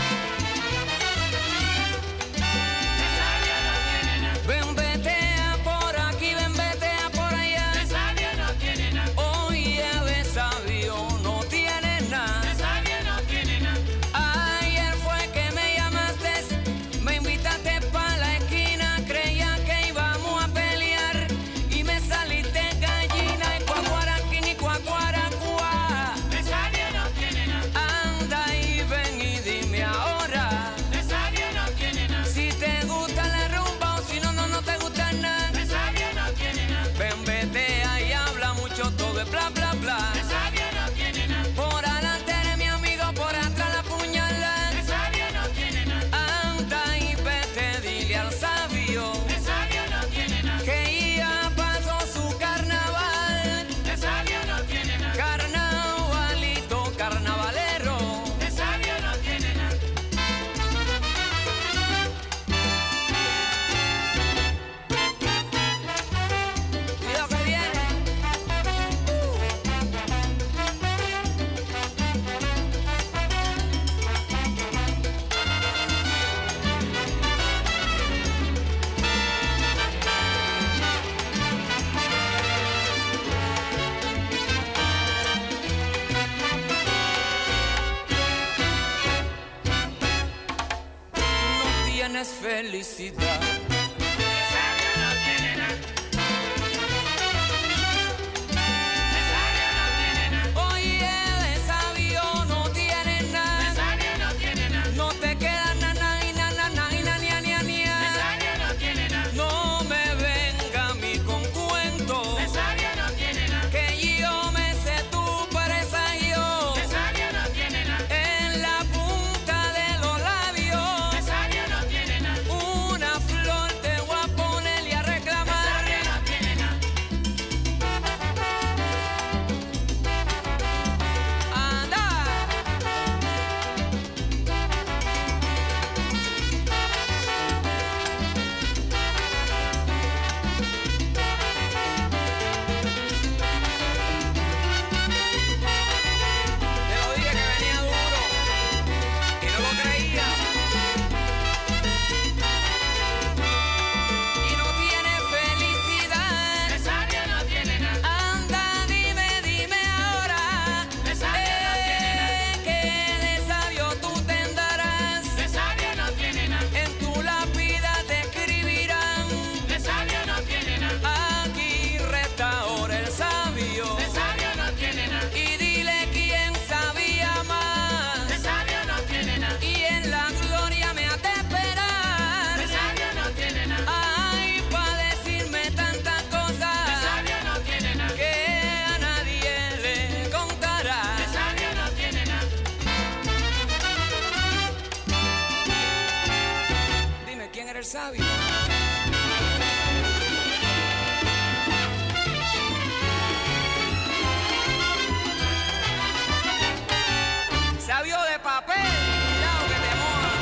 El sabio no tiene nada. Ven, vete a por aquí, ven, vete a por allá. El sabio no tiene nada. Oye, de sabio no tiene nada. El sabio no tiene nada. Ayer fue que me llamaste, me invitaste pa' la esquina, creía que íbamos a pelear y me saliste gallina y cuacuaraquín y cuacuaracuá. El sabio no tiene nada. felicidad. Sabio. Sabio de papel, cuidado que te moja.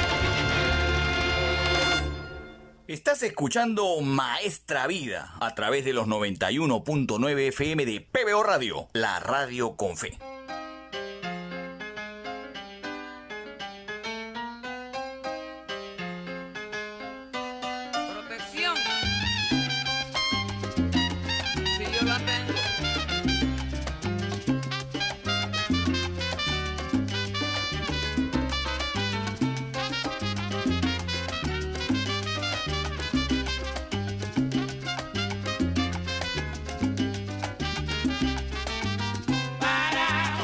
Estás escuchando Maestra Vida a través de los noventa y uno punto nueve F M de P B O Radio, la radio con fe. Para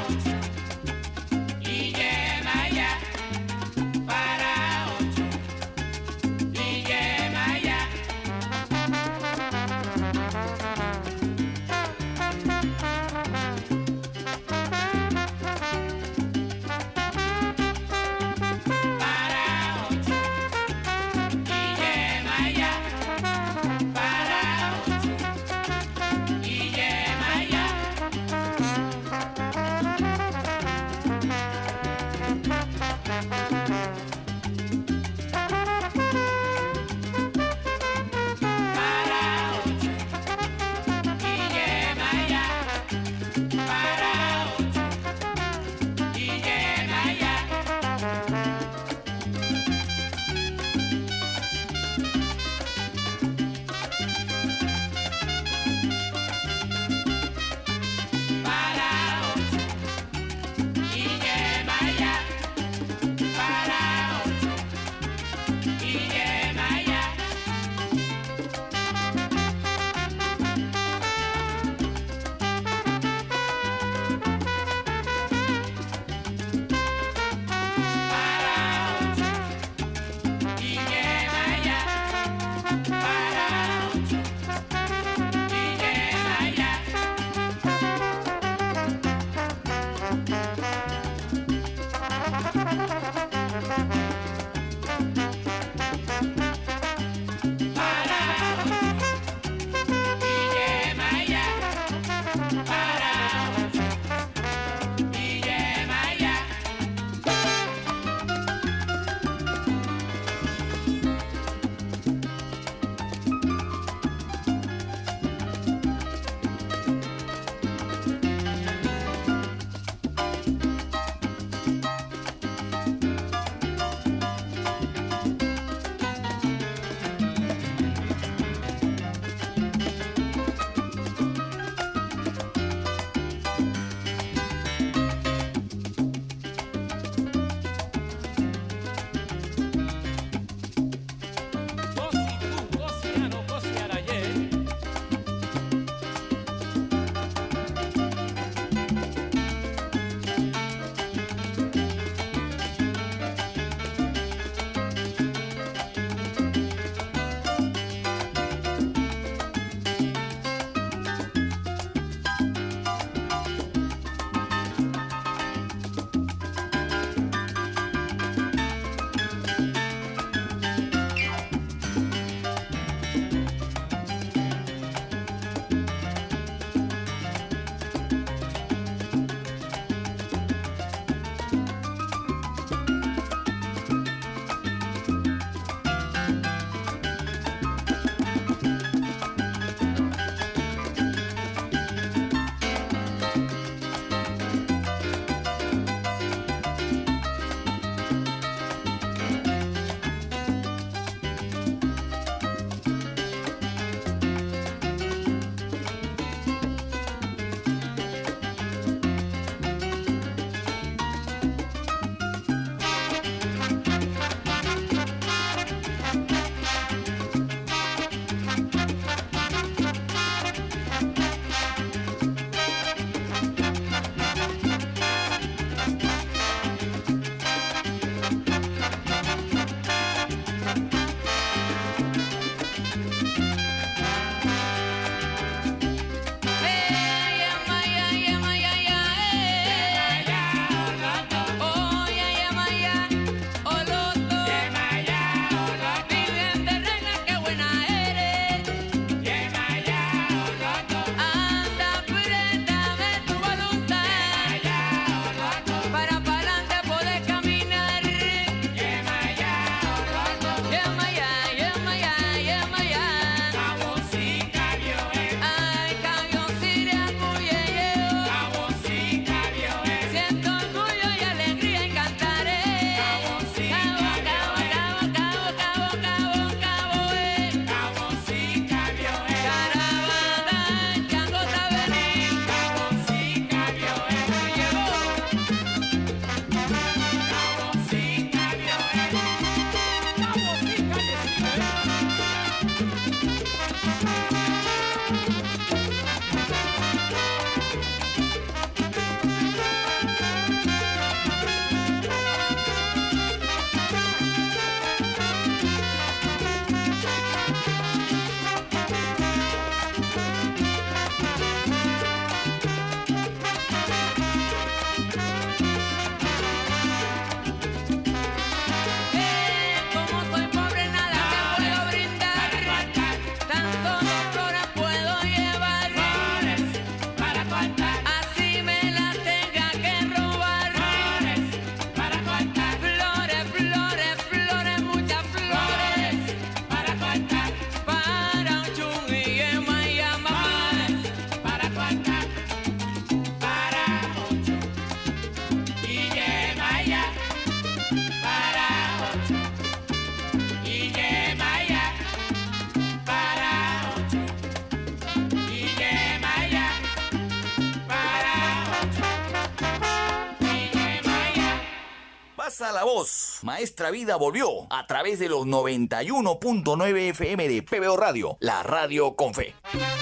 pasa la voz. Maestra Vida volvió a través de los noventa y uno punto nueve F M de P B O Radio, la radio con fe.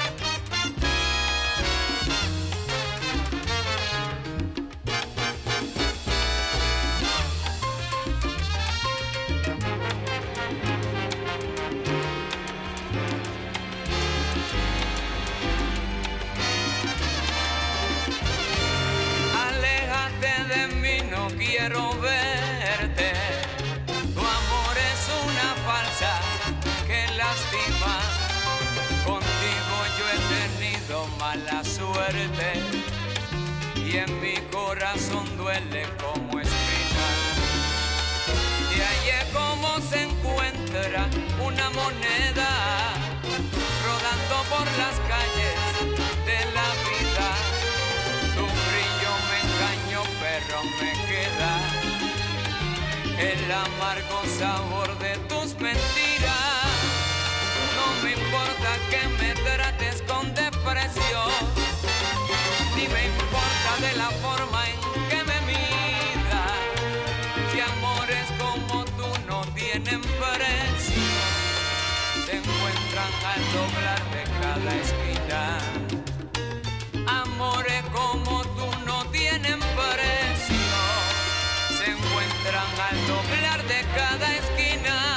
Quiero verte, tu amor es una falsa que lastima. Contigo yo he tenido mala suerte y en mi corazón duele como espina. Y ahí es como se encuentra una moneda rodando por las calles de la vida. Tu brillo me engañó, pero me queda el amargo sabor de tus mentiras. No me importa que me trates con desprecio, ni me importa de la forma en que me miras. Si amores como tú no tienen precio, se encuentran al doblar de cada esquina. Amores como tú no tienen precio, se encuentran al doblar de cada esquina.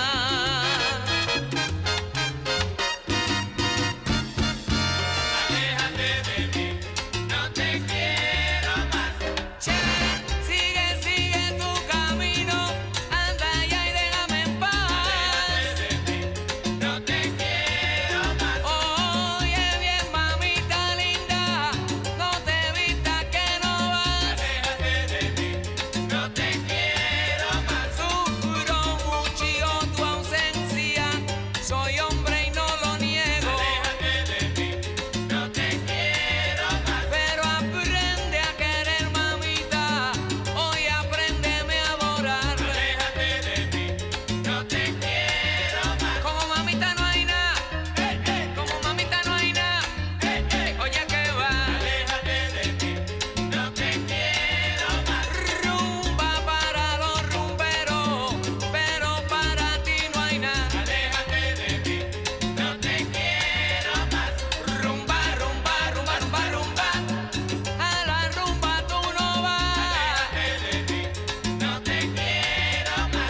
Aléjate de mí, no te quiero más. Che, sigue, sigue tu camino, anda ya y déjame en paz. Aléjate de mí, no te quiero más. Oye bien, mamita linda, no te vistas que no vas. Aléjate de mí, no te quiero más. Sufro mucho tu ausencia, soy hombre y no lo niego. Aléjate de mí, no te quiero más. Pero aprende a querer, mamita, hoy apréndeme a adorar. Aléjate de mí, no te quiero más. Como mamita no hay nada, como mamita no hay nada. Oye que va. Aléjate de mí, no te quiero más. Rumba para los rumberos, pero para ti no hay nada. Aléjate de mí, no te quiero más. Rumba, rumba, rumba, rumba, rumba. A la rumba tú no vas. Aléjate de mí, no te quiero más.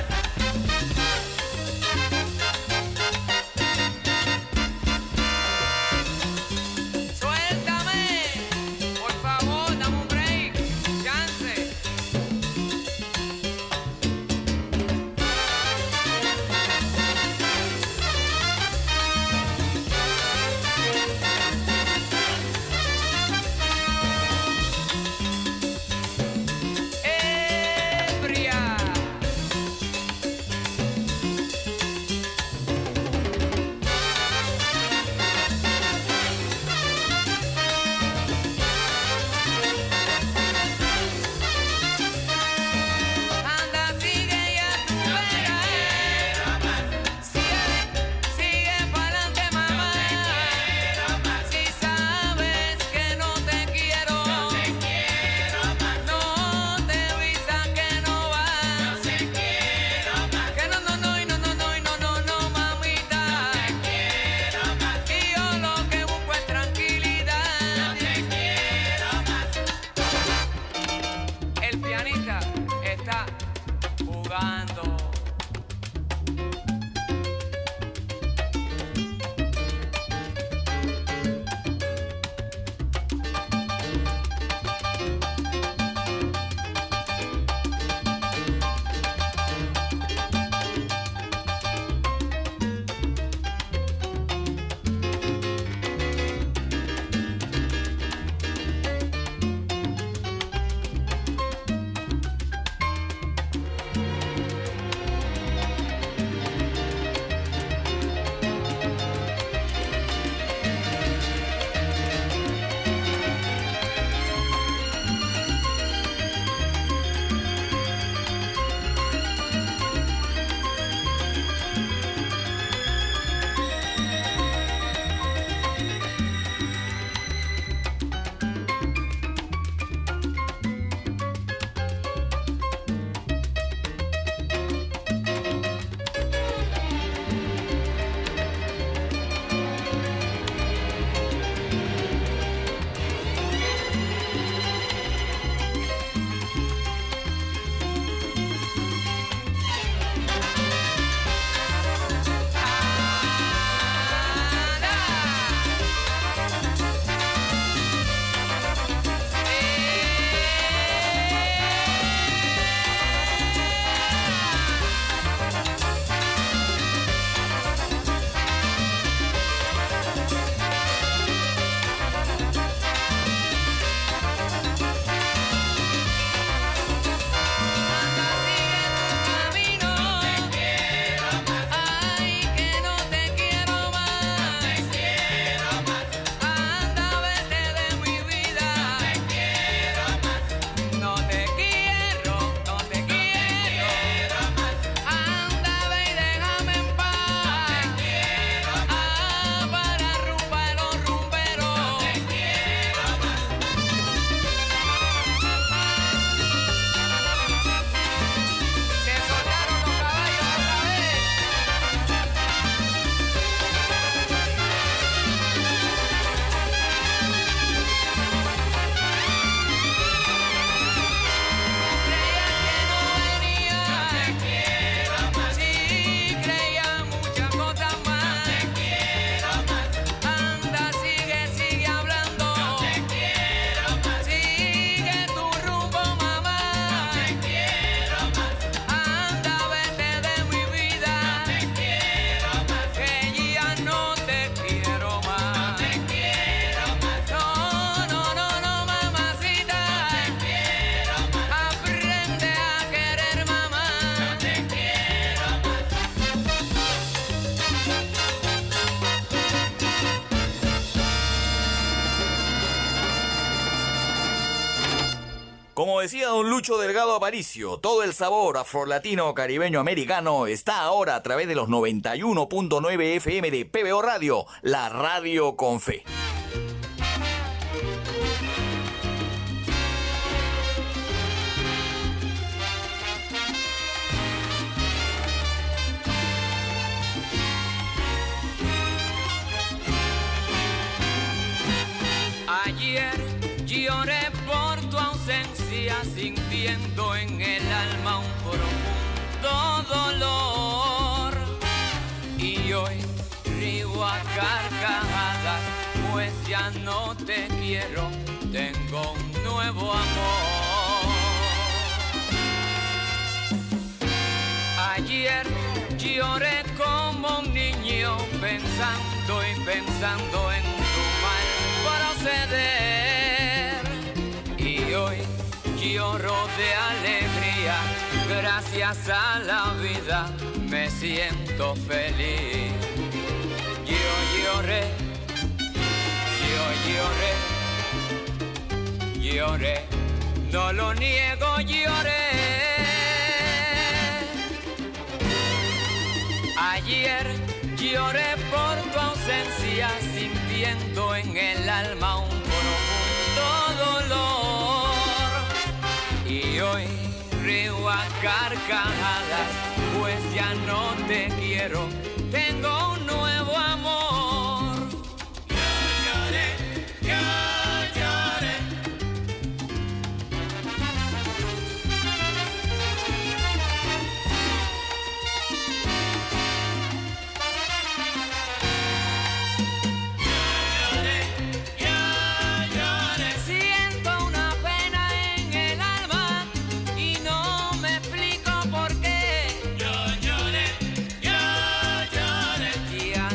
Suéltame, por favor, dame un break, chance. Ebria. Anda, sigue ya tu vera. Sigue, sigue pa'lante, mamá. Si sabes que no te quiero, no te quiero más. No te vistas que no vas. No te quiero más. Que no, no, no, y no, no, no, y no, no, no, mamita. No te quiero más. Y yo lo que busco es tranquilidad. No te quiero más. El pianista está jugando. decía don Lucho Delgado Aparicio, todo el sabor afrolatino, caribeño, americano está ahora a través de los noventa y uno punto nueve F M de P B O Radio, la radio con fe. Ayer lloré por tu ausencia, sintiendo en el alma un profundo dolor. Y hoy río a carcajadas, pues ya no te quiero, tengo un nuevo amor. Ayer lloré como un niño, pensando y pensando en tu mal proceder, y hoy lloro de alegría, gracias a la vida me siento feliz. Yo lloré, yo lloré, lloré, no lo niego, lloré. Ayer lloré por tu ausencia, sintiendo en el alma un profundo dolor. Y hoy río a carcajadas, pues ya no te quiero, tengo un nuevo amor. Yo lloré, yo lloré. Ya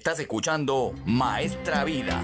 Estás escuchando Maestra Vida.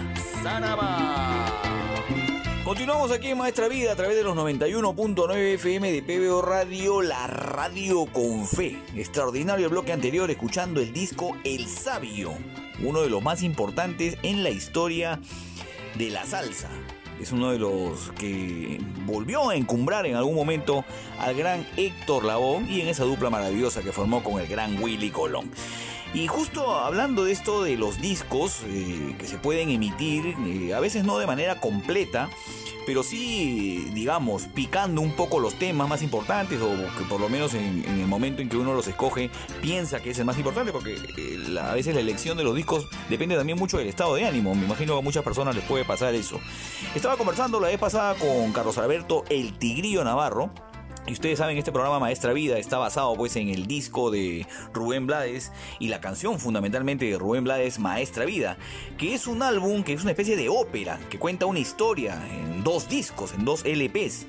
¡Saraba! Continuamos aquí en Maestra Vida a través de los noventa y uno punto nueve F M de P B O Radio, la radio con fe. Extraordinario el bloque anterior escuchando el disco El Sabio, uno de los más importantes en la historia de la salsa. Es uno de los que volvió a encumbrar en algún momento al gran Héctor Lavoe y en esa dupla maravillosa que formó con el gran Willy Colón. Y justo hablando de esto de los discos eh, que se pueden emitir, eh, a veces no de manera completa, pero sí, digamos, picando un poco los temas más importantes, o que por lo menos en, en el momento en que uno los escoge piensa que es el más importante, porque eh, la, a veces la elección de los discos depende también mucho del estado de ánimo. Me imagino que a muchas personas les puede pasar eso. Estaba conversando la vez pasada con Carlos Alberto El Tigrillo Navarro. Y ustedes saben, este programa Maestra Vida está basado pues en el disco de Rubén Blades y la canción fundamentalmente de Rubén Blades, Maestra Vida, que es un álbum que es una especie de ópera que cuenta una historia en dos discos, en dos L Pes.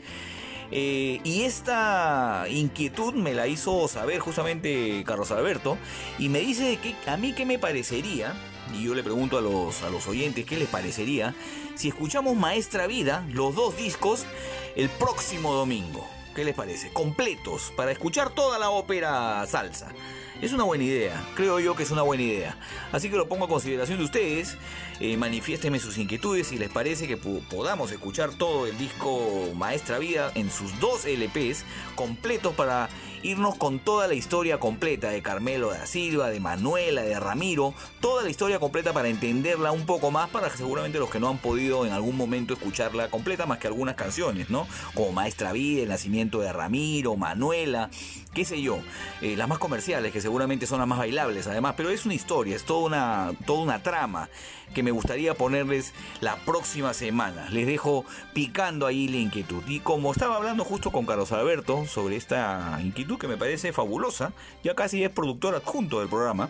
Eh, y esta inquietud me la hizo saber justamente Carlos Alberto y me dice que a mí qué me parecería, y yo le pregunto a los, a los oyentes qué les parecería si escuchamos Maestra Vida, los dos discos, el próximo domingo. ¿Qué les parece? Completos, para escuchar toda la ópera salsa. Es una buena idea, creo yo que es una buena idea. Así que lo pongo a consideración de ustedes. Eh, manifiéstenme sus inquietudes si les parece que po- podamos escuchar todo el disco Maestra Vida en sus dos L Pes completos para irnos con toda la historia completa de Carmelo da Silva, de Manuela, de Ramiro, toda la historia completa para entenderla un poco más, para que seguramente los que no han podido en algún momento escucharla completa, más que algunas canciones, ¿no? Como Maestra Vida, el nacimiento de Ramiro, Manuela, qué sé yo, eh, las más comerciales, que seguramente son las más bailables además, pero es una historia, es toda una, toda una trama que me gustaría ponerles la próxima semana. Les dejo picando ahí la inquietud. Y como estaba hablando justo con Carlos Alberto sobre esta inquietud que me parece fabulosa, ya casi es productor adjunto del programa,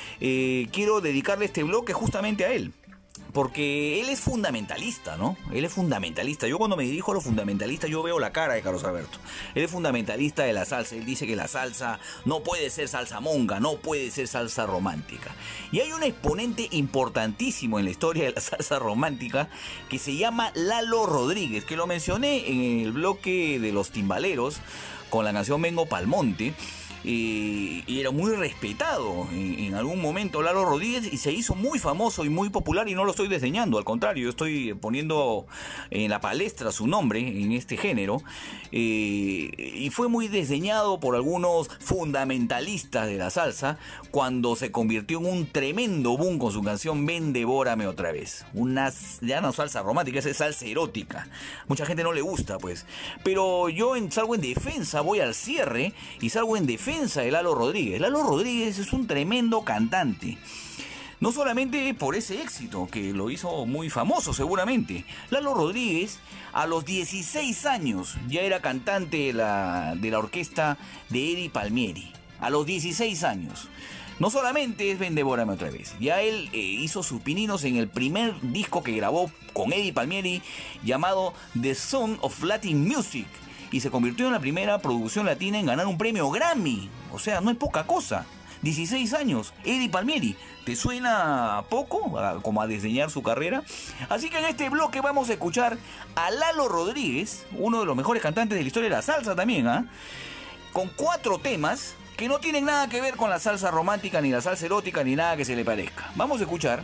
eh, quiero dedicarle este bloque justamente a él. Porque él es fundamentalista, ¿no? Él es fundamentalista. Yo cuando me dirijo a los fundamentalistas, yo veo la cara de Carlos Alberto. Él es fundamentalista de la salsa. Él dice que la salsa no puede ser salsa monga, no puede ser salsa romántica. Y hay un exponente importantísimo en la historia de la salsa romántica que se llama Lalo Rodríguez, que lo mencioné en el bloque de los timbaleros con la canción Vengo Pa'l Monte. Y, y era muy respetado en, en algún momento Lalo Rodríguez, y se hizo muy famoso y muy popular, y no lo estoy desdeñando, al contrario, yo estoy poniendo en la palestra su nombre en este género, eh, y fue muy desdeñado por algunos fundamentalistas de la salsa cuando se convirtió en un tremendo boom con su canción Ven, devórame otra vez, una, ya no salsa romántica, es salsa erótica, mucha gente no le gusta pues, pero yo en, salgo en defensa, voy al cierre y salgo en defensa de Lalo Rodríguez. Lalo Rodríguez es un tremendo cantante. No solamente por ese éxito, que lo hizo muy famoso seguramente. Lalo Rodríguez a los dieciséis años ya era cantante de la, de la orquesta de Eddie Palmieri. A los dieciséis años. No solamente es Ven, devórame otra vez. Ya él eh, hizo sus pininos en el primer disco que grabó con Eddie Palmieri, llamado The Sound of Latin Music, y se convirtió en la primera producción latina en ganar un premio Grammy. O sea, no es poca cosa. dieciséis años, Eddie Palmieri. ¿Te suena poco? Como a desdeñar su carrera. Así que en este bloque vamos a escuchar a Lalo Rodríguez, uno de los mejores cantantes de la historia de la salsa también, ¿eh? Con cuatro temas que no tienen nada que ver con la salsa romántica, ni la salsa erótica, ni nada que se le parezca. Vamos a escuchar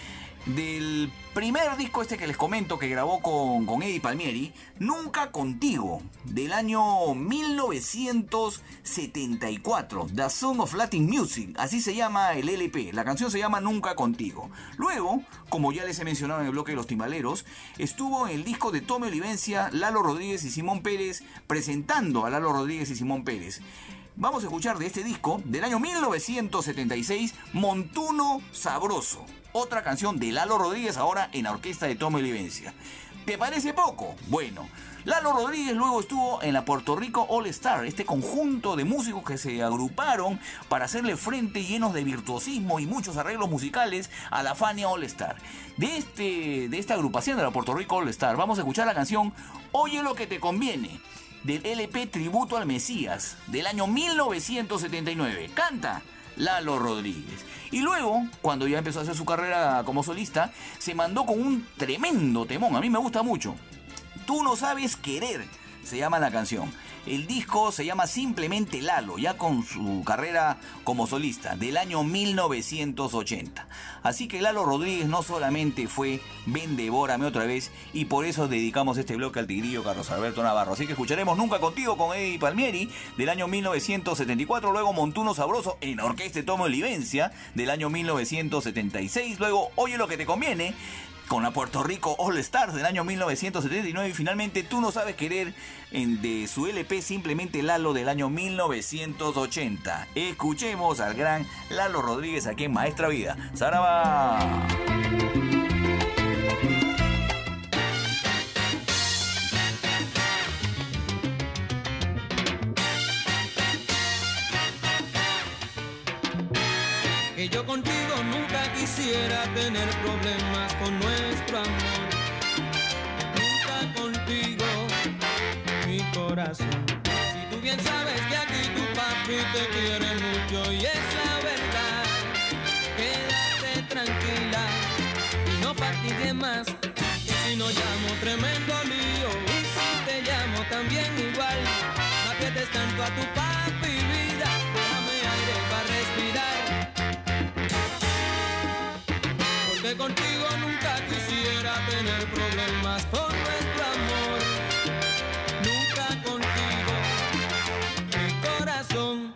del primer disco este que les comento, que grabó con, con Eddie Palmieri, Nunca Contigo, del año mil novecientos setenta y cuatro, The Sound of Latin Music, así se llama el L P, la canción se llama Nunca Contigo. Luego, como ya les he mencionado en el bloque de los timbaleros, estuvo en el disco de Tommy Olivencia, Lalo Rodríguez y Simón Pérez, presentando a Lalo Rodríguez y Simón Pérez. Vamos a escuchar de este disco, del año mil novecientos setenta y seis, Montuno Sabroso. Otra canción de Lalo Rodríguez, ahora en la orquesta de Tommy Olivencia. ¿Te parece poco? Bueno, Lalo Rodríguez luego estuvo en la Puerto Rico All Star, este conjunto de músicos que se agruparon para hacerle frente, llenos de virtuosismo y muchos arreglos musicales, a la Fania All Star. De, este, de esta agrupación de la Puerto Rico All Star vamos a escuchar la canción Oye lo que te conviene, del L P Tributo al Mesías, del año mil novecientos setenta y nueve. Canta Lalo Rodríguez. Y luego, cuando ya empezó a hacer su carrera como solista, se mandó con un tremendo temón. A mí me gusta mucho. Tú no sabes querer, se llama la canción. El disco se llama simplemente Lalo, ya con su carrera como solista, del año mil novecientos ochenta. Así que Lalo Rodríguez no solamente fue Ven, devórame otra vez, y por eso dedicamos este bloque al tigrillo Carlos Alberto Navarro. Así que escucharemos Nunca Contigo con Eddie Palmieri, del año mil novecientos setenta y cuatro, luego Montuno Sabroso en Orquesta Tomo Olivencia, del año mil novecientos setenta y seis, luego Oye lo que te conviene, con la Puerto Rico All Stars del año mil novecientos setenta y nueve, y finalmente Tú no sabes querer, en, de su L P Simplemente Lalo del año mil novecientos ochenta. Escuchemos al gran Lalo Rodríguez aquí en Maestra Vida. ¡Saraba! Que yo contigo nunca quisiera tener problemas con nuestro amor. Nunca contigo, mi corazón. Si tú bien sabes que aquí tu papi te quiere mucho y es la verdad, quédate tranquila y no fastidie más. Que si no llamo tremendo lío, y si te llamo también igual, no aprietes tanto a tu papi, vida, dame aire para respirar. Que contigo nunca quisiera tener problemas con nuestro amor. Nunca contigo, mi corazón.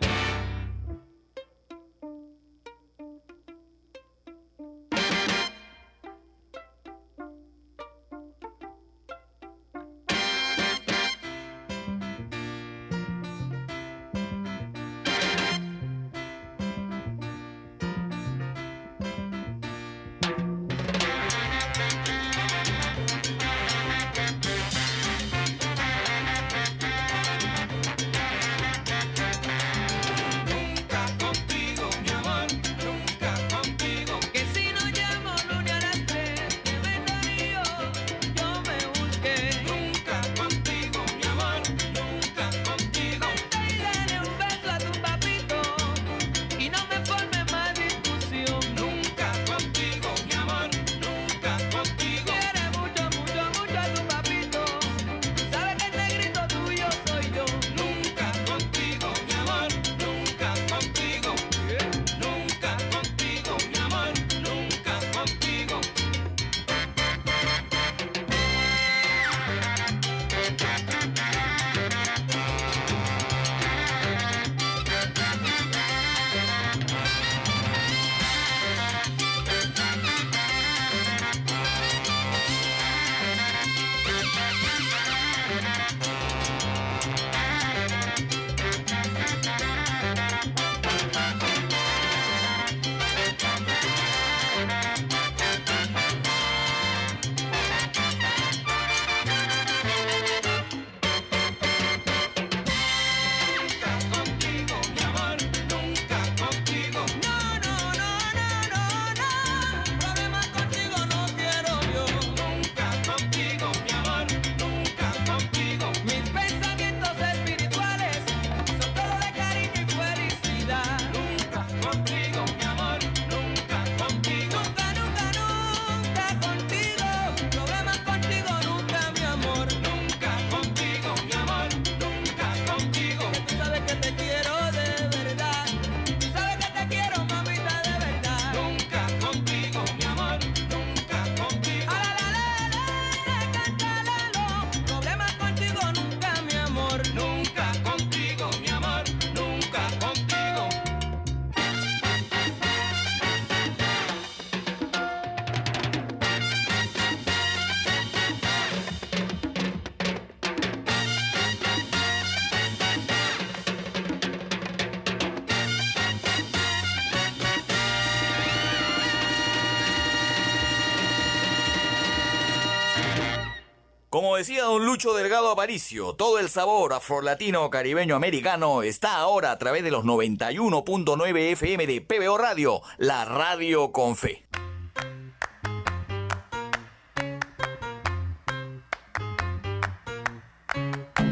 Como decía don Lucho Delgado Aparicio, todo el sabor afrolatino, caribeño, americano está ahora a través de los noventa y uno punto nueve F M de P B O Radio, la radio con fe.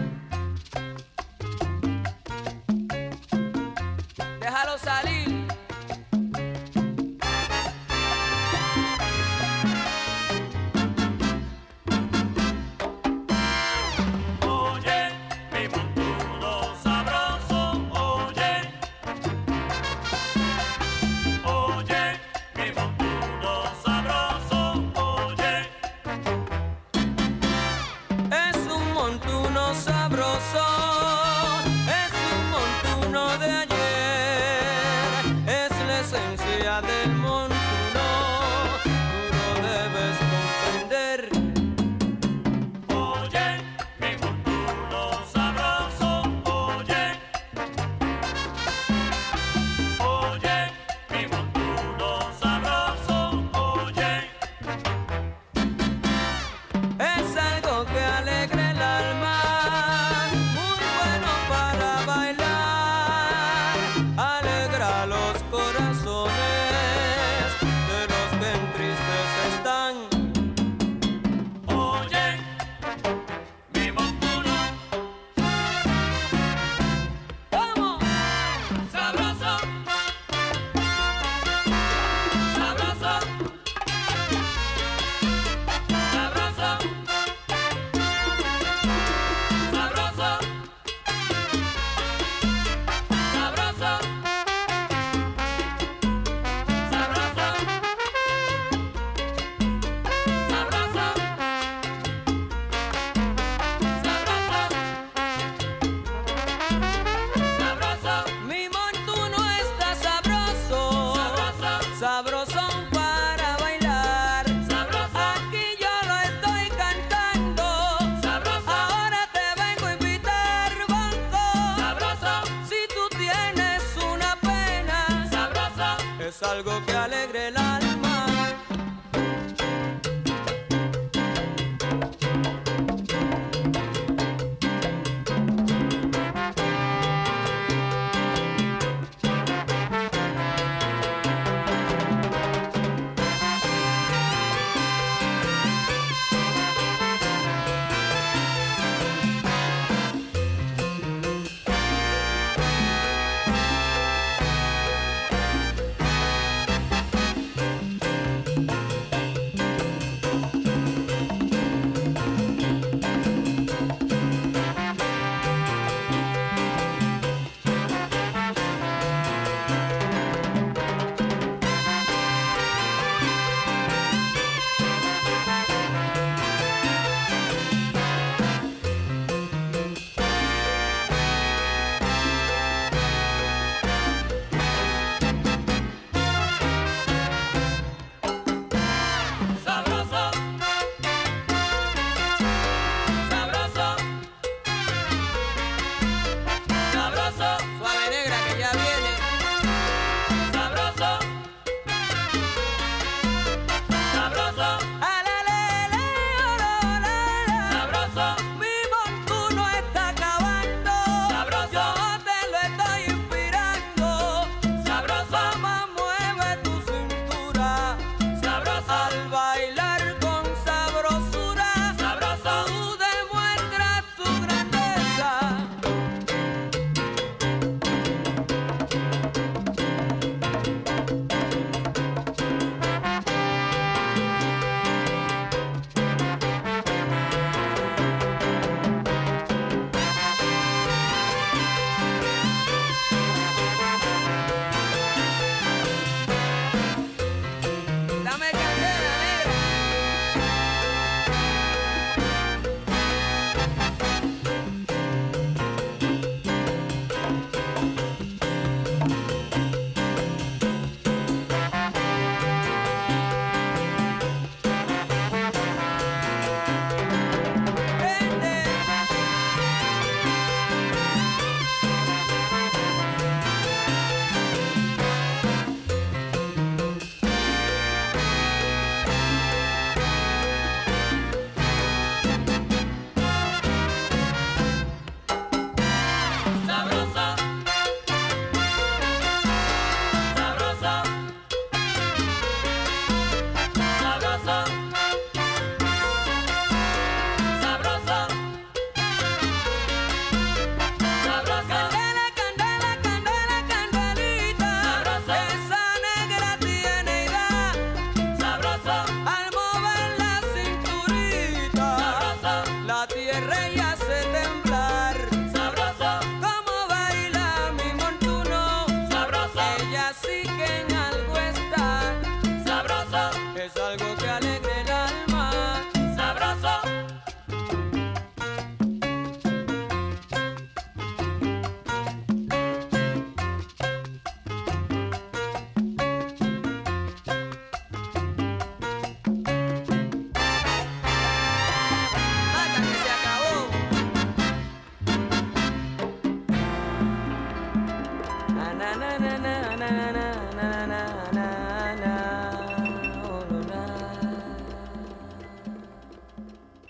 Déjalo salir,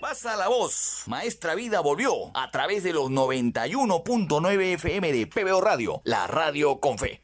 Pasa la voz. Maestra Vida volvió a través de los noventa y uno punto nueve F M de P B O Radio, la radio con fe.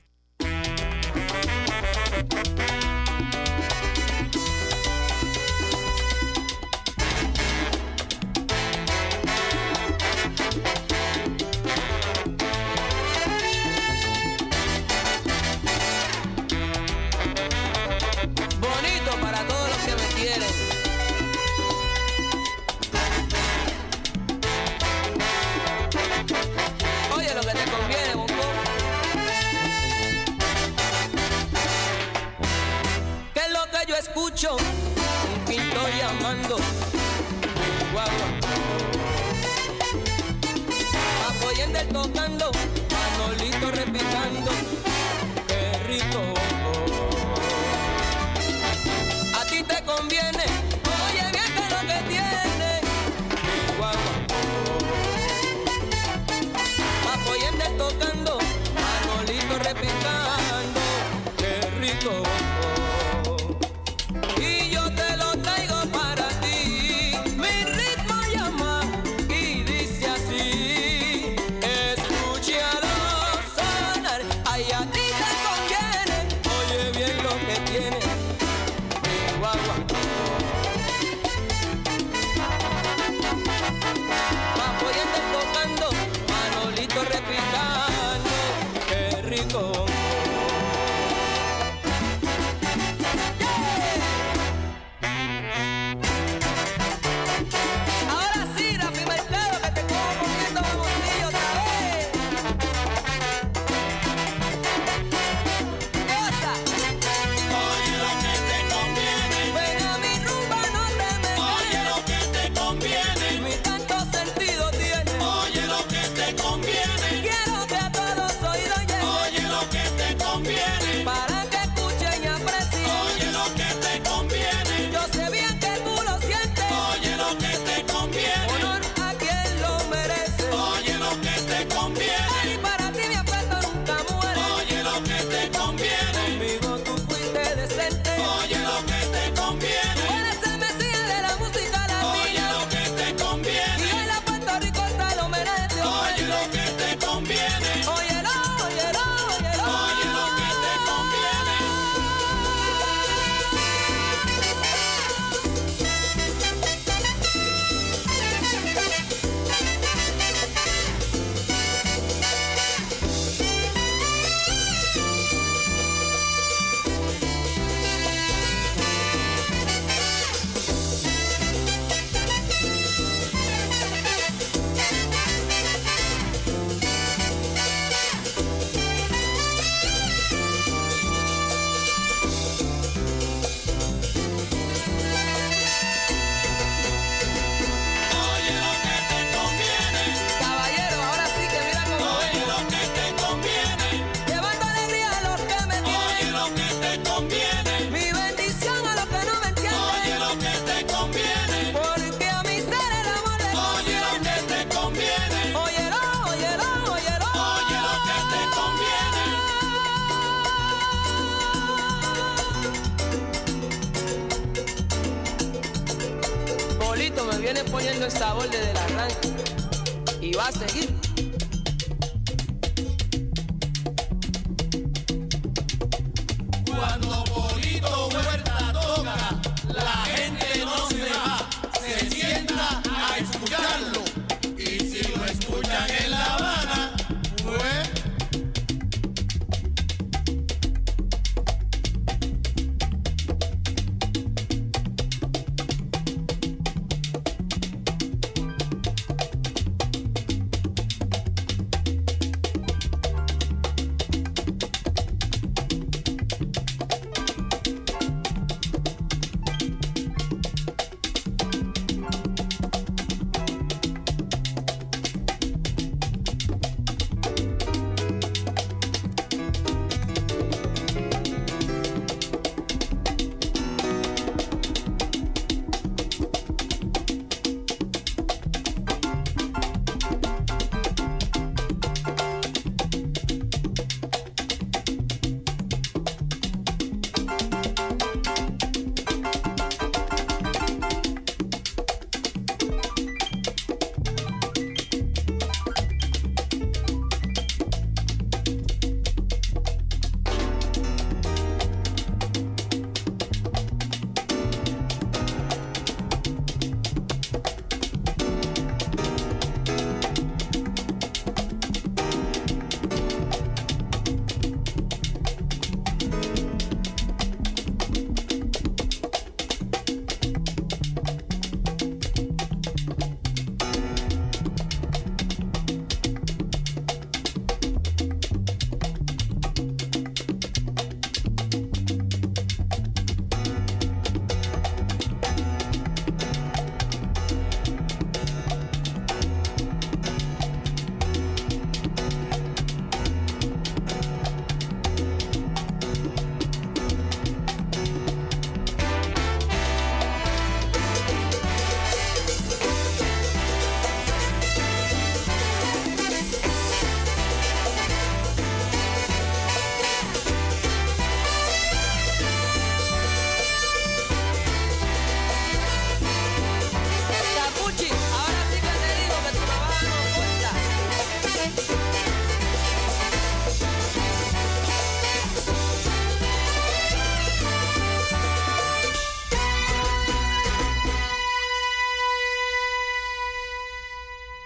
Escucho un pinto llamando guagua, apoyen del tocando, Manolito repicando, qué rico. A ti te conviene, oye bien que lo que tiene guagua, apoyen del tocando, Manolito repicando, qué rico. Poniendo el sabor desde el arranque y va a seguir. Cuando Polito Huerta toca, la gente no se va, se sienta a escucharlo. Y si lo escuchan en La Habana, pues...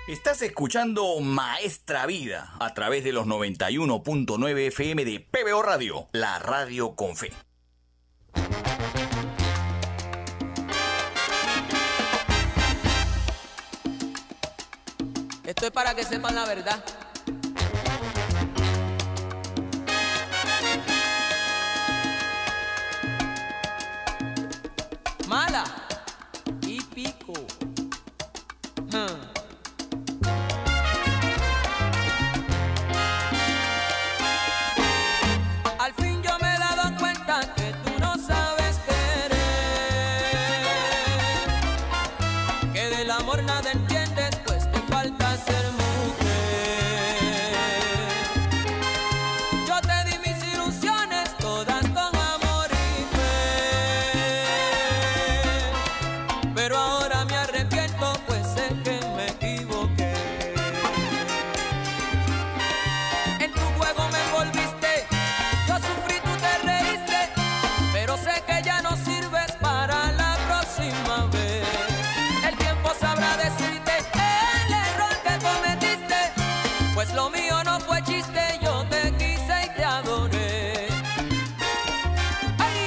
Estás escuchando Maestra Vida a través de los noventa y uno punto nueve F M de P B O Radio, la radio con fe. Esto es para que sepan la verdad. Mala y pico. Hmm. Al fin yo me he dado cuenta que tú no sabes querer, que del amor nada entiendes, pues te falta ser mujer. Yo te di mis ilusiones, todas con amor y fe, pero ahora me arrepiento, pues sé que me equivoqué. En tu juego me envolviste, yo sufrí, tú te reíste, pero sé que ya no sirves para la próxima vez. El tiempo sabrá decirte el error que cometiste, pues lo mío no fue chiste, yo te quise y te adoré. ¡Ay!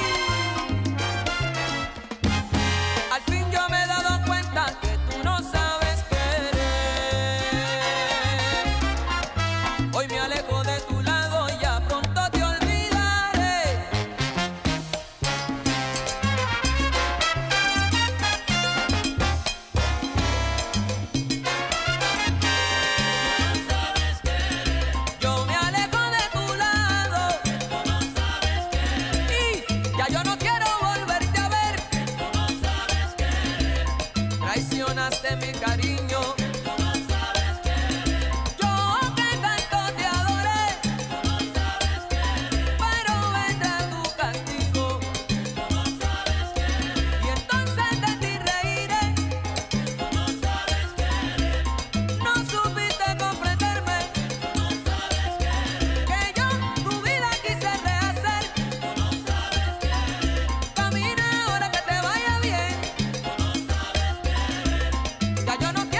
Al fin yo me he dado cuenta que tú no sabes querer. Hoy me alejo de tu lado y ya pronto te olvidaré. Yo me alejo de tu lado y ya yo no quiero volverte a ver. Traicionaste mi cariño. Yo que tanto te adoré, pero vendrá tu castigo. Y entonces de ti reiré. No supiste comprenderme, que yo tu vida quise rehacer. Camina ahora que te vaya bien. Ya yo no quiero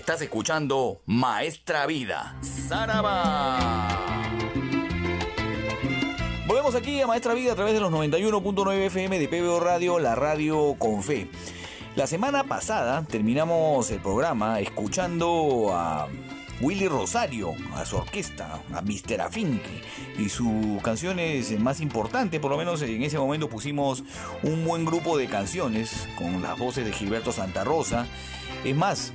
Estás escuchando Maestra Vida. ¡Saraba! Volvemos aquí a Maestra Vida a través de los noventa y uno punto nueve F M de P B O Radio, la radio con fe. La semana pasada terminamos el programa escuchando a Willy Rosario, a su orquesta, a mister Afinque y sus canciones más importantes. Por lo menos en ese momento pusimos un buen grupo de canciones con las voces de Gilberto Santa Rosa. Es más,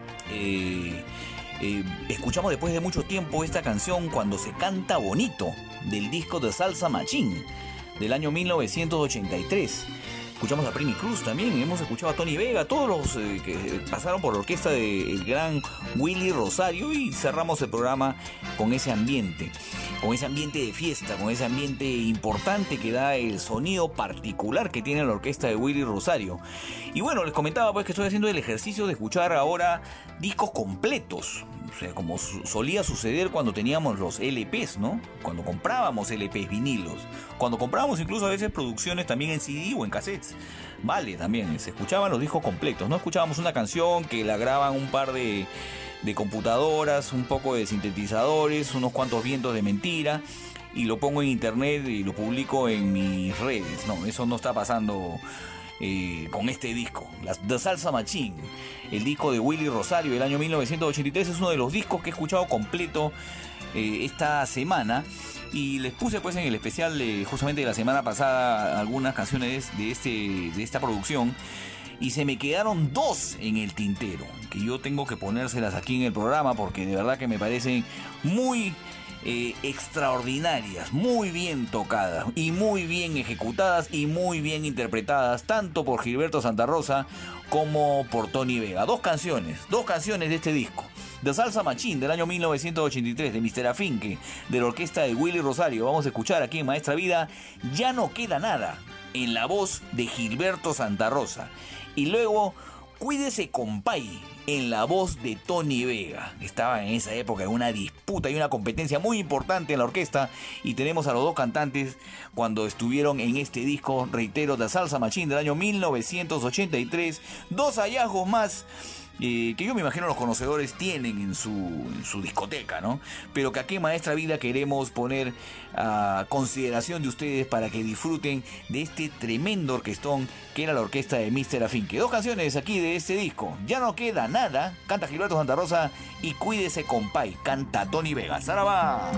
eh, eh, escuchamos después de mucho tiempo esta canción Cuando se canta bonito, del disco de Salsa Machín del año mil novecientos ochenta y tres. Escuchamos a Primi Cruz también, hemos escuchado a Tony Vega, todos los eh, que pasaron por la orquesta del gran Willy Rosario, y cerramos el programa con ese ambiente, con ese ambiente de fiesta, con ese ambiente importante que da el sonido particular que tiene la orquesta de Willy Rosario. Y bueno, les comentaba pues que estoy haciendo el ejercicio de escuchar ahora discos completos. O sea, como su- solía suceder cuando teníamos los L Pes, ¿no? Cuando comprábamos L Pes, vinilos. Cuando comprábamos incluso a veces producciones también en C D o en cassettes. Vale, también se escuchaban los discos completos. No escuchábamos una canción que la graban un par de, de computadoras, un poco de sintetizadores, unos cuantos vientos de mentira, y lo pongo en internet y lo publico en mis redes. No, eso no está pasando eh, con este disco. La, The Salsa Machine, el disco de Willy Rosario del año mil novecientos ochenta y tres, es uno de los discos que he escuchado completo eh, esta semana. Y les puse pues en el especial de, justamente de la semana pasada, algunas canciones de, este, de esta producción. Y se me quedaron dos en el tintero, que yo tengo que ponérselas aquí en el programa, porque de verdad que me parecen muy eh, extraordinarias, muy bien tocadas y muy bien ejecutadas y muy bien interpretadas, tanto por Gilberto Santa Rosa como por Tony Vega. Dos canciones, dos canciones de este disco. The Salsa Machine del año mil novecientos ochenta y tres de mister Afinque, de la orquesta de Willy Rosario. Vamos a escuchar aquí en Maestra Vida Ya no queda nada, en la voz de Gilberto Santa Rosa. Y luego Cuídese compay, en la voz de Tony Vega. Estaba en esa época una disputa y una competencia muy importante en la orquesta, y tenemos a los dos cantantes cuando estuvieron en este disco, reitero, The Salsa Machine del año mil novecientos ochenta y tres. Dos hallazgos más Eh, que yo me imagino los conocedores tienen en su, en su discoteca, ¿no? Pero que aquí en Maestra Vida queremos poner a consideración de ustedes para que disfruten de este tremendo orquestón que era la orquesta de mister Afinque. Dos canciones aquí de este disco: Ya no queda nada, canta Gilberto Santa Rosa, y Cuídese compay, canta Tony Vega. ¡Saraba!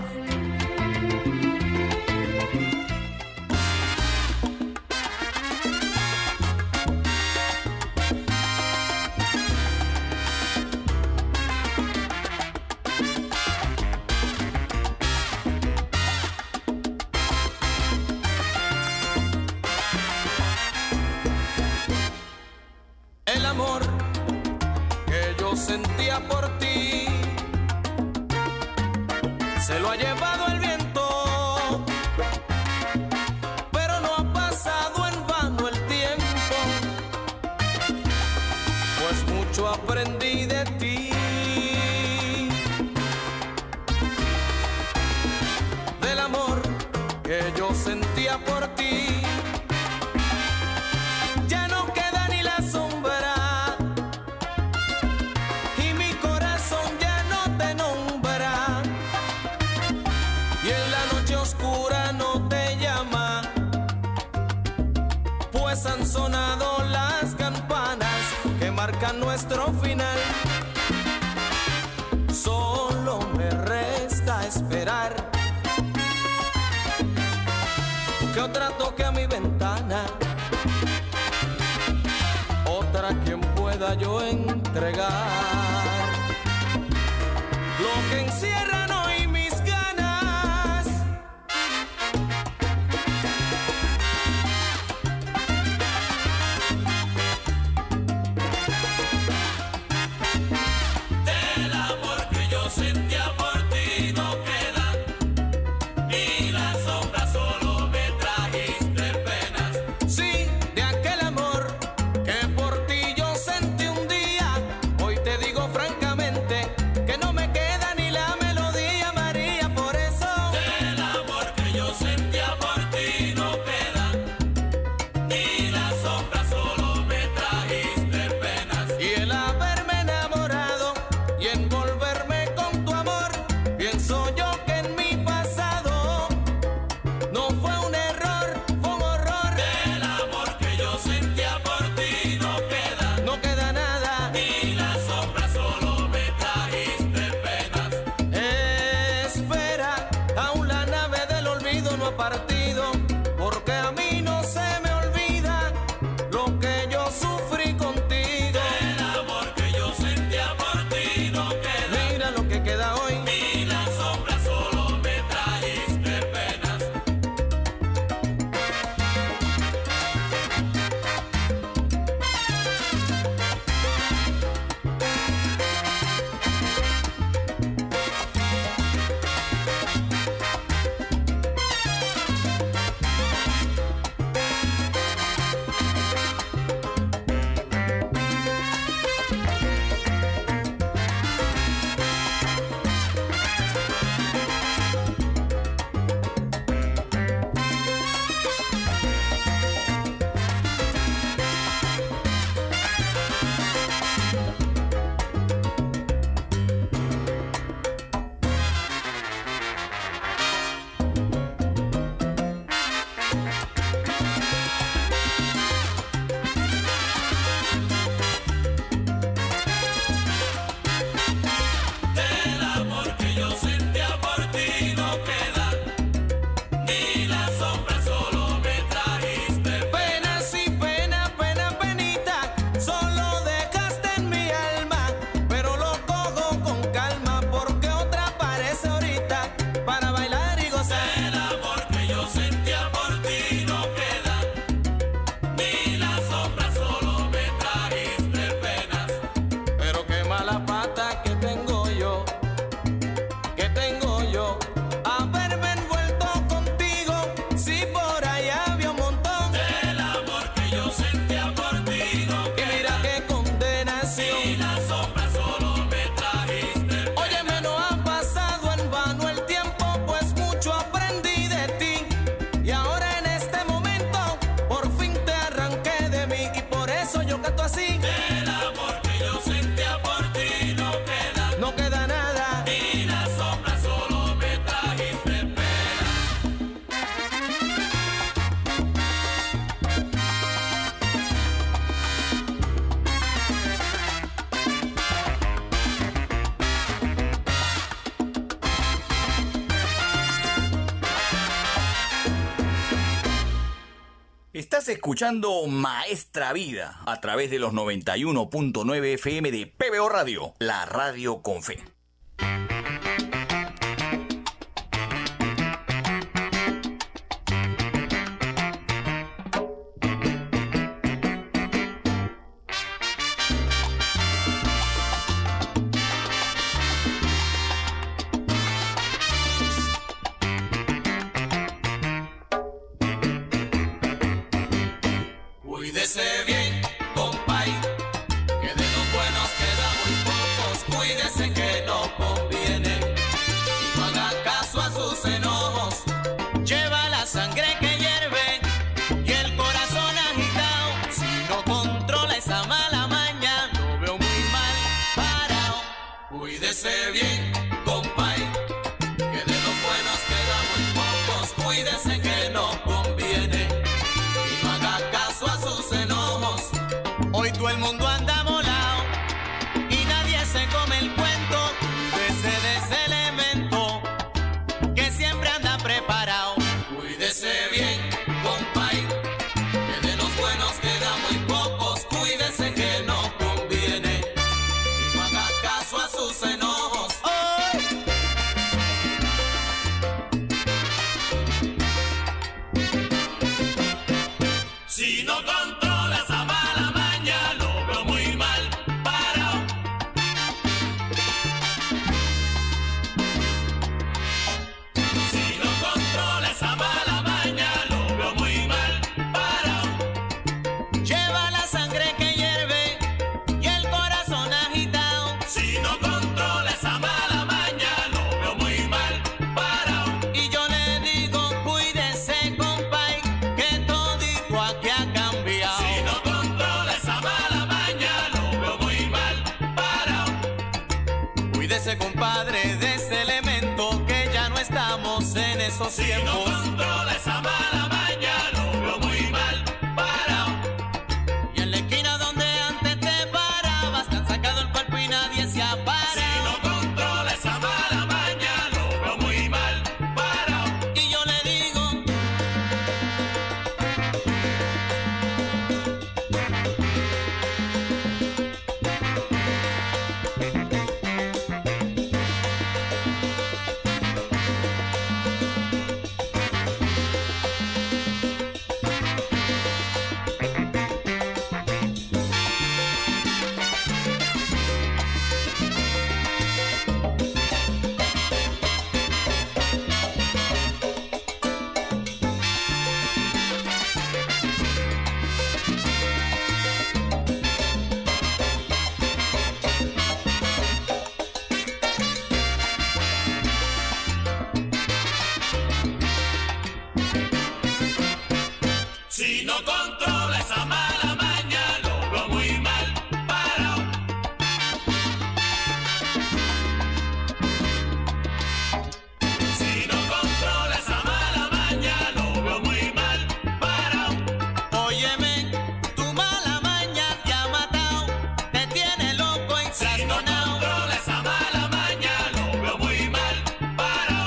El amor que yo sentía por ti se lo ha llevado el viento, pero no ha pasado en vano el tiempo, pues mucho aprendí de ti. Del amor que yo sentía por ti ya no queda ni la sombra, y mi corazón ya no te nombra, y en la noche oscura no te llama, pues han sonado las campanas que marcan nuestro final. Solo me resta esperar que otra toque a mi ventana, otra quien pueda yo entregar lo que encierran hoy mis ganas. Del amor que yo sentía por ti no queda ni la sombra, solo me trajiste penas. Sí, de aquel amor que por ti yo sentí un día, hoy te digo francamente que no me queda ni la melodía. Estás escuchando Maestra Vida a través de los noventa y uno punto nueve F M de P B O Radio, la radio con fe. Cuídese bien, compay, que de los buenos queda muy pocos. Cuídese que no conviene y no haga caso a sus enojos. Lleva la sangre que hierve y el corazón agitado. Si no controla esa mala maña, lo veo muy mal parado. Cuídese bien, compay, que de los buenos queda muy pocos. Cuídese que no conviene y no haga caso a sus enojos. Hoy todo el mundo anda molado y nadie se come el cuento de ese, de ese elemento que siempre anda preparado. Cuídese bien, compay, que de los buenos queda muy pocos. Cuídese que no conviene y no haga caso a sus enojos. Si no controla esa mala maña, lo veo muy mal parado. Si no controla esa mala maña, lo veo muy mal parado. Lleva la sangre que hierve y el corazón agitado. Si no controla esa mala maña, lo veo muy mal parado. Y yo le digo, cuídese, compay, que todito aquí ha cambiado. Si no controla esa mala maña, lo veo muy mal parado. Cuídese, compadre, de ese elemento que ya no estamos en esos Si no tiempos. controla esa mala maña, lo veo muy mal parado. Y en la esquina donde antes te parabas, te han sacado el cuerpo y nadie se ha Si parado. no controla esa mala maña, lo veo muy mal parado. Y yo le digo, Si no controla esa mala maña, lo veo muy mal parado. Si no controla esa mala maña, lo veo muy mal parado. óyeme, tu mala maña te ha matado, te tiene loco y Si no trastornado. controla esa mala maña, lo veo muy mal parado.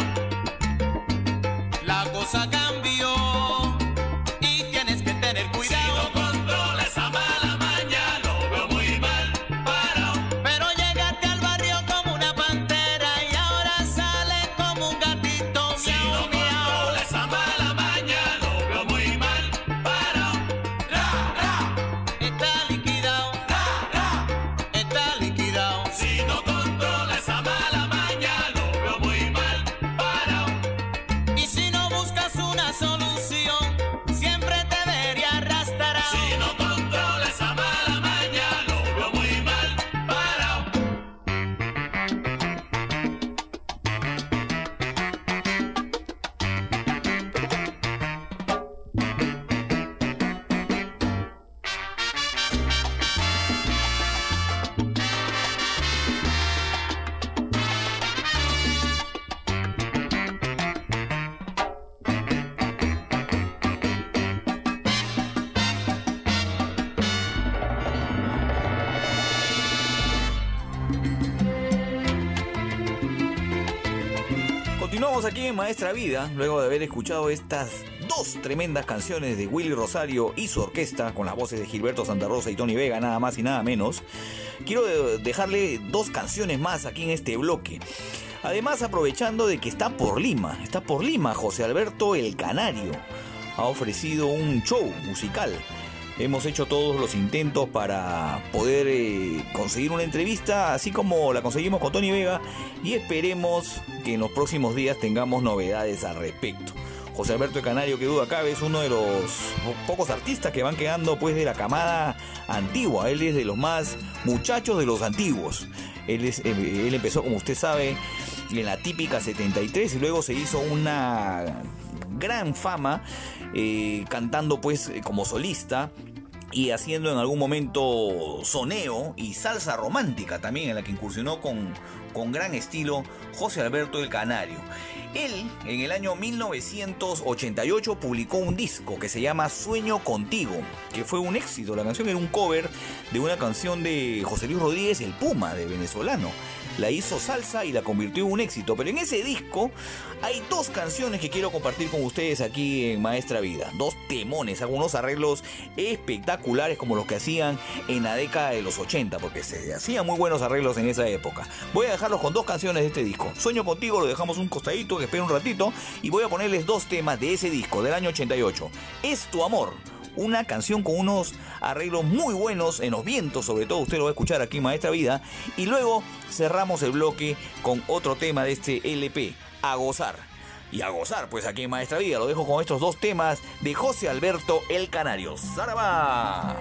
La cosa cambió y tienes que tener Si cuidado. no controla esa mala maña, lo veo muy mal parado. Pero llegaste al barrio como una pantera y ahora sales como un gatito. Si Miau, no miau. controla esa mala maña, lo veo muy mal parado. Ra, ra, Está liquidado, ra, ra. está liquidado. Si no controla esa mala maña, lo veo muy mal parado. Y si no buscas una solución, siempre te vería arrastrado. Si no controla esa mala maña, lo veo muy mal parado. Continuamos aquí en Maestra Vida, luego de haber escuchado estas dos tremendas canciones de Willy Rosario y su orquesta, con las voces de Gilberto Santa Rosa y Tony Vega, nada más y nada menos. Quiero dejarle dos canciones más aquí en este bloque. Además, aprovechando de que está por Lima, está por Lima José Alberto el Canario. Ha ofrecido un show musical. Hemos hecho todos los intentos para poder eh, conseguir una entrevista, así como la conseguimos con Tony Vega, y esperemos que en los próximos días tengamos novedades al respecto. José Alberto el Canario, que duda cabe, es uno de los pocos artistas que van quedando pues de la camada antigua. Él es de los más muchachos de los antiguos. Él, es, él empezó, como usted sabe, en la típica setenta y tres y luego se hizo una gran fama eh, cantando pues como solista y haciendo en algún momento soneo y salsa romántica también, en la que incursionó con, con gran estilo José Alberto el Canario. Él en el año mil novecientos ochenta y ocho publicó un disco que se llama Sueño Contigo, que fue un éxito. La canción era un cover de una canción de José Luis Rodríguez, el Puma, de venezolano. La hizo salsa y la convirtió en un éxito. Pero en ese disco hay dos canciones que quiero compartir con ustedes aquí en Maestra Vida. Dos temones, algunos arreglos espectaculares como los que hacían en la década de los ochenta, porque se hacían muy buenos arreglos en esa época. Voy a dejarlos con dos canciones de este disco. Sueño Contigo lo dejamos un costadito, que espera un ratito, y voy a ponerles dos temas de ese disco del año ochenta y ocho. Es tu amor. Una canción con unos arreglos muy buenos en los vientos, sobre todo usted lo va a escuchar aquí en Maestra Vida. Y luego cerramos el bloque con otro tema de este L P, A Gozar. Y a gozar, pues aquí en Maestra Vida. Lo dejo con estos dos temas de José Alberto el Canario. ¡Zaraba!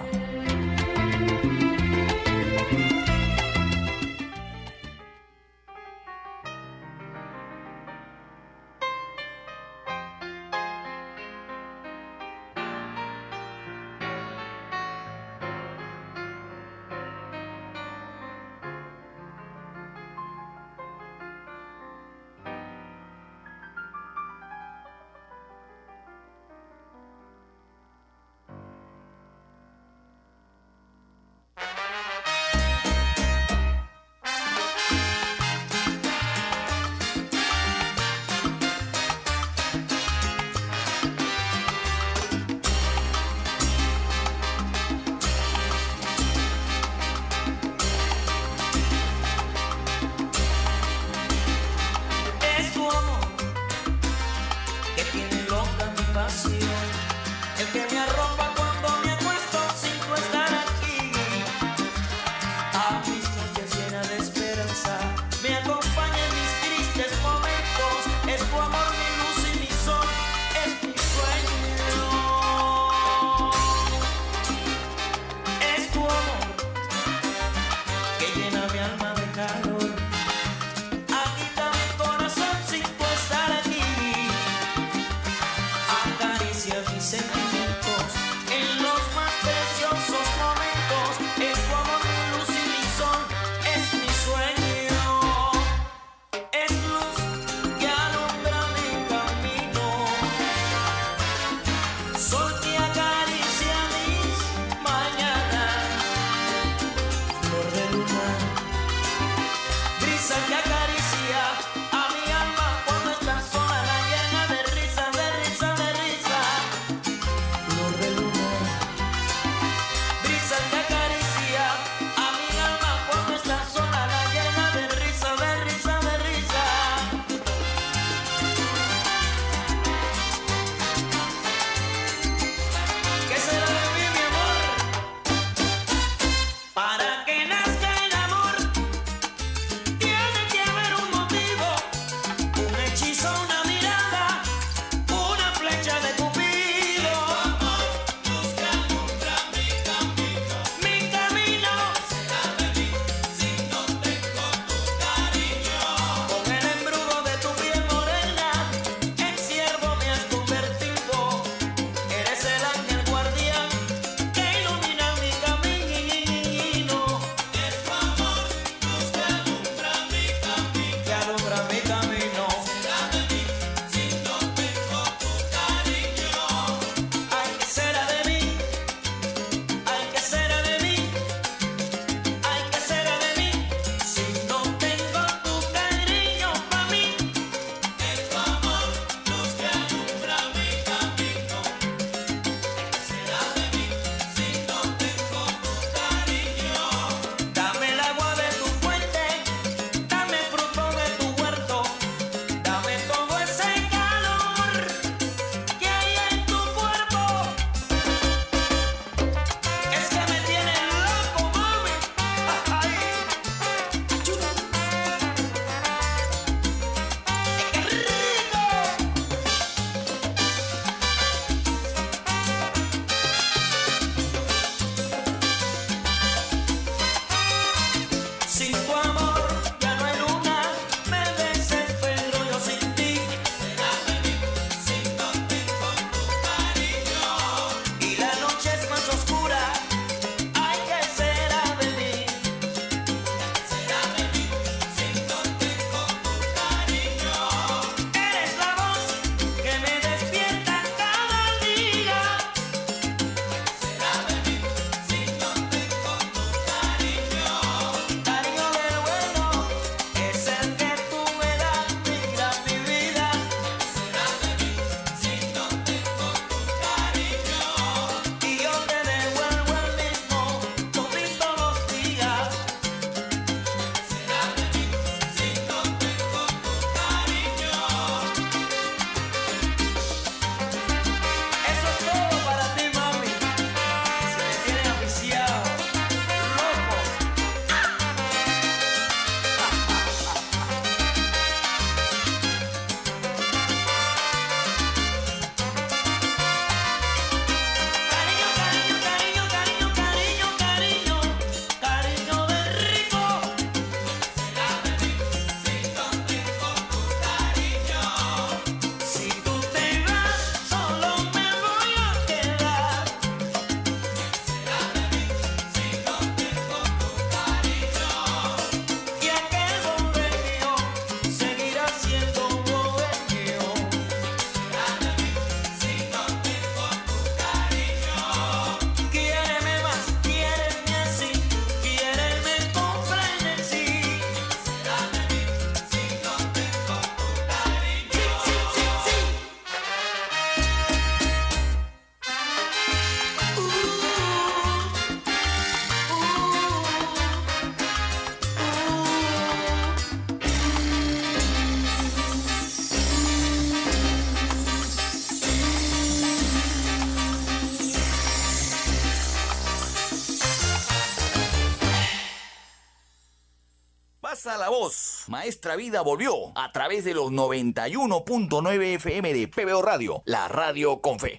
alza la voz. Maestra Vida volvió a través de los noventa y uno punto nueve F M de P B O Radio, la radio con fe.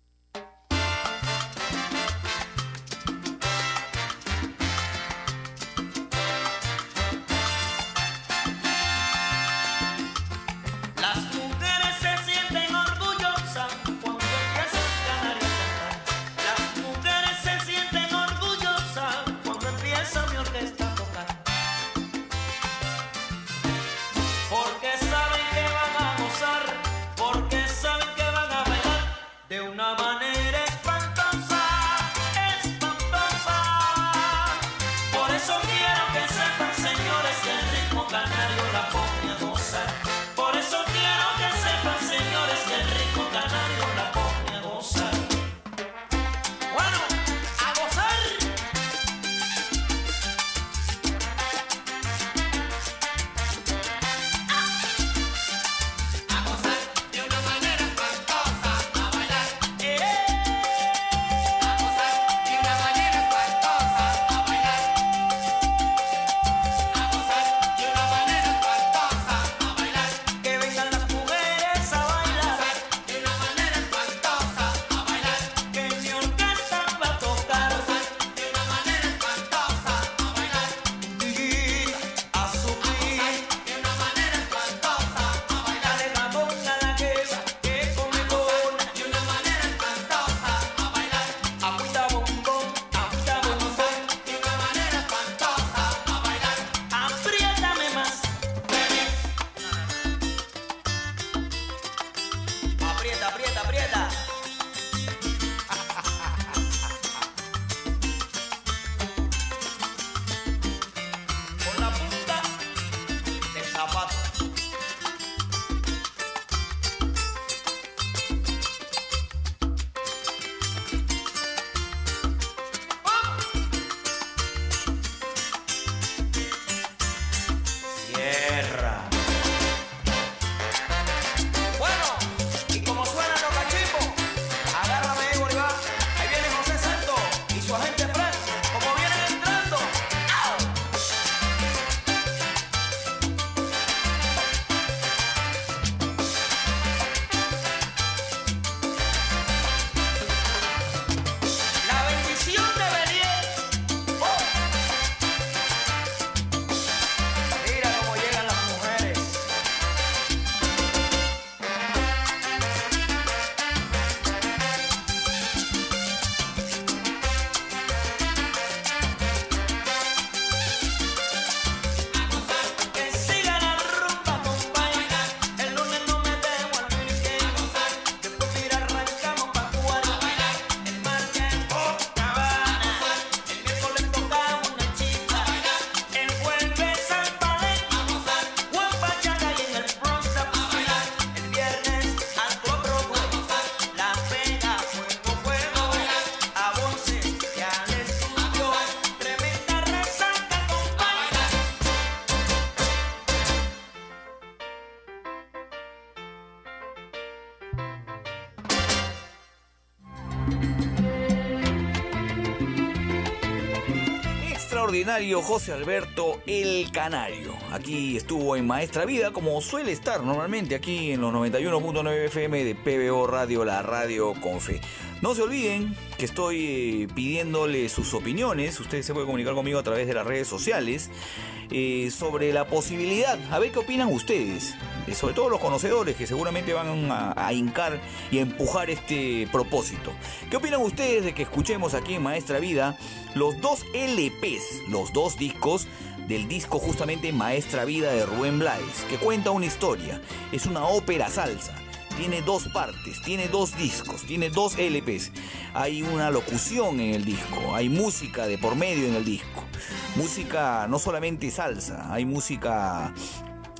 Extraordinario José Alberto El Canario. Aquí estuvo en Maestra Vida, como suele estar normalmente aquí en los noventa y uno punto nueve F M de P B O Radio, la radio con fe. No se olviden que estoy eh, pidiéndole sus opiniones. Ustedes se pueden comunicar conmigo a través de las redes sociales eh, sobre la posibilidad. A ver qué opinan ustedes. Eh, sobre todo los conocedores que seguramente van a, a hincar y a empujar este propósito. ¿Qué opinan ustedes de que escuchemos aquí en Maestra Vida los dos L Pes, los dos discos del disco justamente Maestra Vida de Rubén Blades, que cuenta una historia? Es una ópera salsa. Tiene dos partes, tiene dos discos, tiene dos L Pes. Hay una locución en el disco, hay música de por medio en el disco. Música no solamente salsa, hay música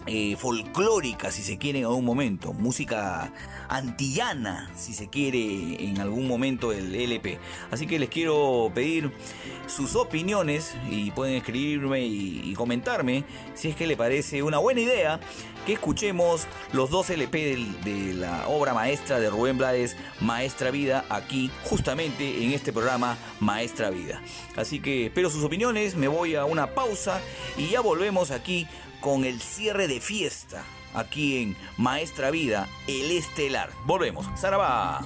eh, folclórica, si se quiere en algún momento, música antillana, si se quiere en algún momento el L P. Así que les quiero pedir sus opiniones y pueden escribirme y, y comentarme si es que le parece una buena idea que escuchemos los dos L P de, de la obra maestra de Rubén Blades, Maestra Vida, aquí justamente en este programa Maestra Vida. Así que espero sus opiniones, me voy a una pausa y ya volvemos aquí con el cierre de fiesta, aquí en Maestra Vida, el Estelar. Volvemos. ¡Sarabá!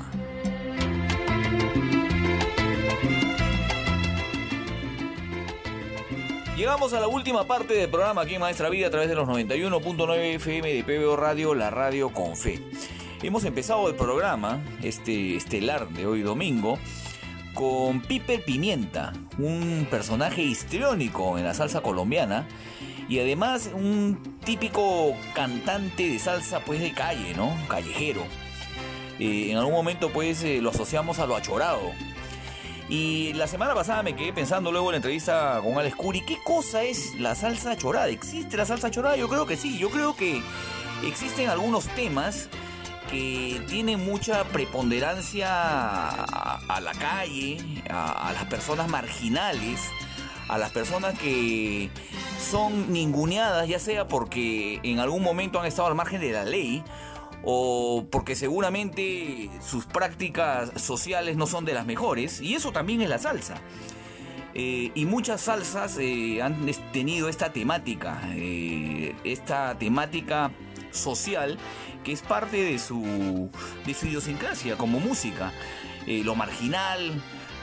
Llegamos a la última parte del programa aquí en Maestra Vida a través de los noventa y uno punto nueve F M de P B O Radio, la radio con fe. Hemos empezado el programa, este estelar de hoy domingo, con Piper Pimienta, un personaje histriónico en la salsa colombiana y además un típico cantante de salsa pues de calle, ¿no? Callejero. Eh, en algún momento pues eh, lo asociamos a lo achorado. Y la semana pasada me quedé pensando luego en la entrevista con Alex Curi, ¿qué cosa es la salsa achorada? ¿Existe la salsa achorada? Yo creo que sí, yo creo que existen algunos temas que tienen mucha preponderancia a, a la calle, a, a las personas marginales, a las personas que son ninguneadas, ya sea porque en algún momento han estado al margen de la ley o porque seguramente sus prácticas sociales no son de las mejores, y eso también es la salsa. Eh, y muchas salsas eh, han tenido esta temática, eh, esta temática social que es parte de su, de su idiosincrasia como música. Eh, lo marginal,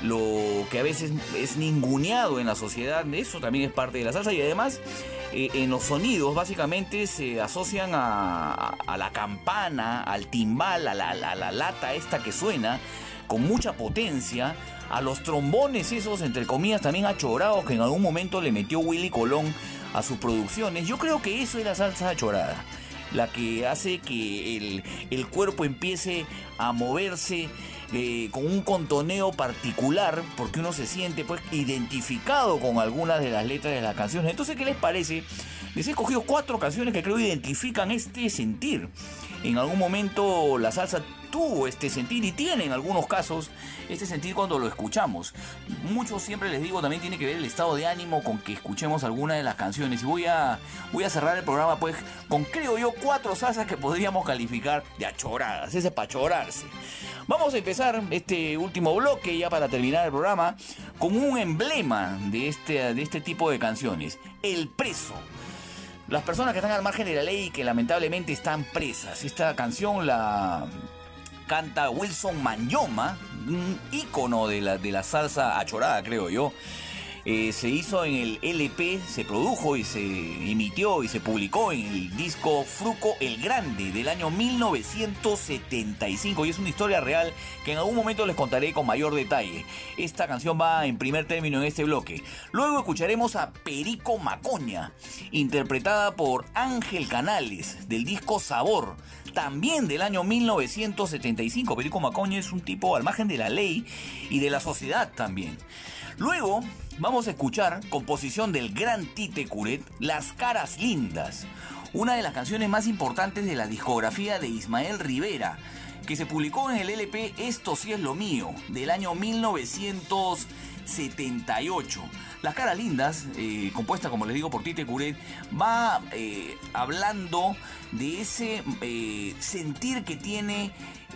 lo que a veces es ninguneado en la sociedad, eso también es parte de la salsa. Y además eh, en los sonidos básicamente se asocian a, a, a la campana, al timbal, a la, a la lata esta que suena con mucha potencia, a los trombones esos entre comillas también achorados que en algún momento le metió Willy Colón a sus producciones. Yo creo que eso es la salsa achorada, la que hace que el, el cuerpo empiece a moverse eh, con un contoneo particular, porque uno se siente pues identificado con algunas de las letras de las canciones. Entonces, ¿qué les parece? Les he escogido cuatro canciones que creo identifican este sentir. En algún momento la salsa tuvo este sentir y tiene en algunos casos este sentir cuando lo escuchamos. Muchos, siempre les digo, también tiene que ver el estado de ánimo con que escuchemos alguna de las canciones. Y voy a, voy a cerrar el programa pues con, creo yo, cuatro salsas que podríamos calificar de achoradas. Ese es para chorarse. Vamos a empezar este último bloque ya para terminar el programa con un emblema de este, de este tipo de canciones. El Preso. Las personas que están al margen de la ley y que lamentablemente están presas. Esta canción la canta Wilson Manyoma, un ícono de la, de la salsa achorada, creo yo. Eh, se hizo en el L P, se produjo y se emitió y se publicó en el disco Fruco el Grande del año mil novecientos setenta y cinco, y es una historia real que en algún momento les contaré con mayor detalle. Esta canción va en primer término en este bloque. Luego escucharemos a Perico Macoña, interpretada por Ángel Canales, del disco Sabor, también del año mil novecientos setenta y cinco. Perico Macoña es un tipo al margen de la ley y de la sociedad también. Luego vamos a escuchar, composición del gran Tite Curet, Las Caras Lindas, una de las canciones más importantes de la discografía de Ismael Rivera, que se publicó en el L P Esto sí es lo mío, del año mil novecientos setenta y ocho. Las Caras Lindas, eh, compuesta como les digo por Tite Curet, va eh, hablando de ese eh, sentir que tiene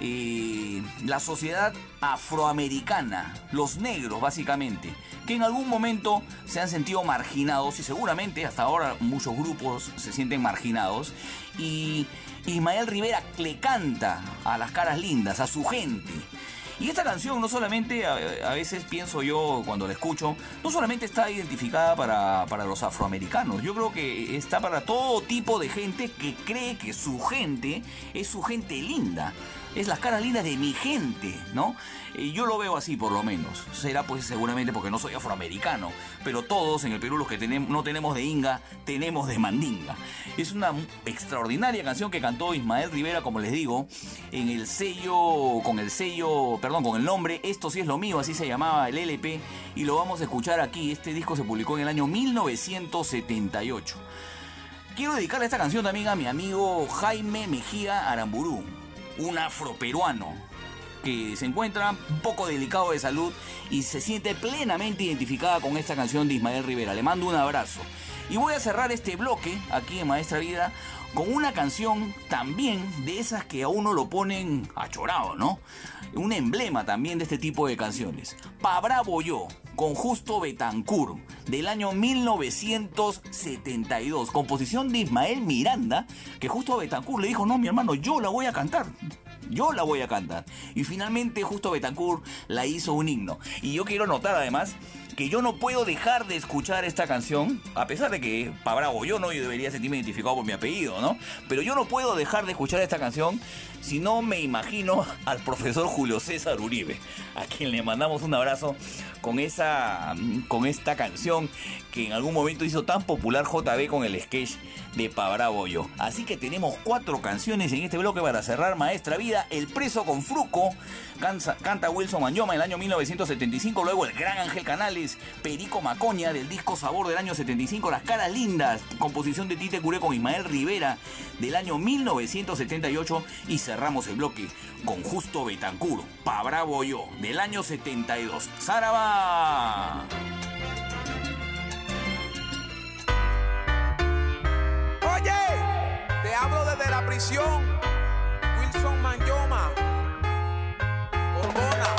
eh, la sociedad afroamericana, los negros básicamente, que en algún momento se han sentido marginados, y seguramente hasta ahora muchos grupos se sienten marginados, y Ismael Rivera le canta a Las Caras Lindas, a su gente. Y esta canción no solamente, a, a veces pienso yo cuando la escucho, no solamente está identificada para, para los afroamericanos. Yo creo que está para todo tipo de gente que cree que su gente es su gente linda. Es las caras lindas de mi gente, ¿no? Eh, yo lo veo así por lo menos. Será pues seguramente porque no soy afroamericano, pero todos en el Perú los que tenemos, no tenemos de Inga, tenemos de Mandinga. Es una extraordinaria canción que cantó Ismael Rivera, como les digo, en el sello, con el sello, perdón, con el nombre Esto sí es lo mío, así se llamaba el L P, y lo vamos a escuchar aquí. Este disco se publicó en el año mil novecientos setenta y ocho. quiero dedicarle esta canción también a mi amigo Jaime Mejía Aramburú, un afroperuano que se encuentra un poco delicado de salud y se siente plenamente identificada con esta canción de Ismael Rivera. Le mando un abrazo. Y voy a cerrar este bloque aquí en Maestra Vida con una canción también de esas que a uno lo ponen achorado, ¿no? Un emblema también de este tipo de canciones. Pa' Bravo Yo, con Justo Betancourt, del año mil novecientos setenta y dos. Composición de Ismael Miranda, que Justo Betancourt le dijo, no, mi hermano, yo la voy a cantar. Yo la voy a cantar. Y finalmente Justo Betancourt la hizo un himno. Y yo quiero notar además que yo no puedo dejar de escuchar esta canción, a pesar de que pa' Bravo Yo, no, yo debería sentirme identificado por mi apellido, ¿no? Pero yo no puedo dejar de escuchar esta canción si no me imagino al profesor Julio César Uribe, a quien le mandamos un abrazo con esa, con esta canción que en algún momento hizo tan popular J B con el sketch de Pa' Bravo Yo. Así que tenemos cuatro canciones en este bloque para cerrar Maestra Vida. El Preso con Fruco, canta, canta Wilson Manyoma en el año mil novecientos setenta y cinco. Luego el gran Ángel Canales, Perico Macoña, del disco Sabor del año setenta y cinco. Las Caras Lindas, composición de Tite Curé con Ismael Rivera, del año mil novecientos setenta y ocho. Y cerramos el bloque con Justo Betancourt, Pa' Bravo Yo, del año setenta y dos. ¡Zaraba! Oye, te hablo desde la prisión, Wilson Manyoma, Borbona.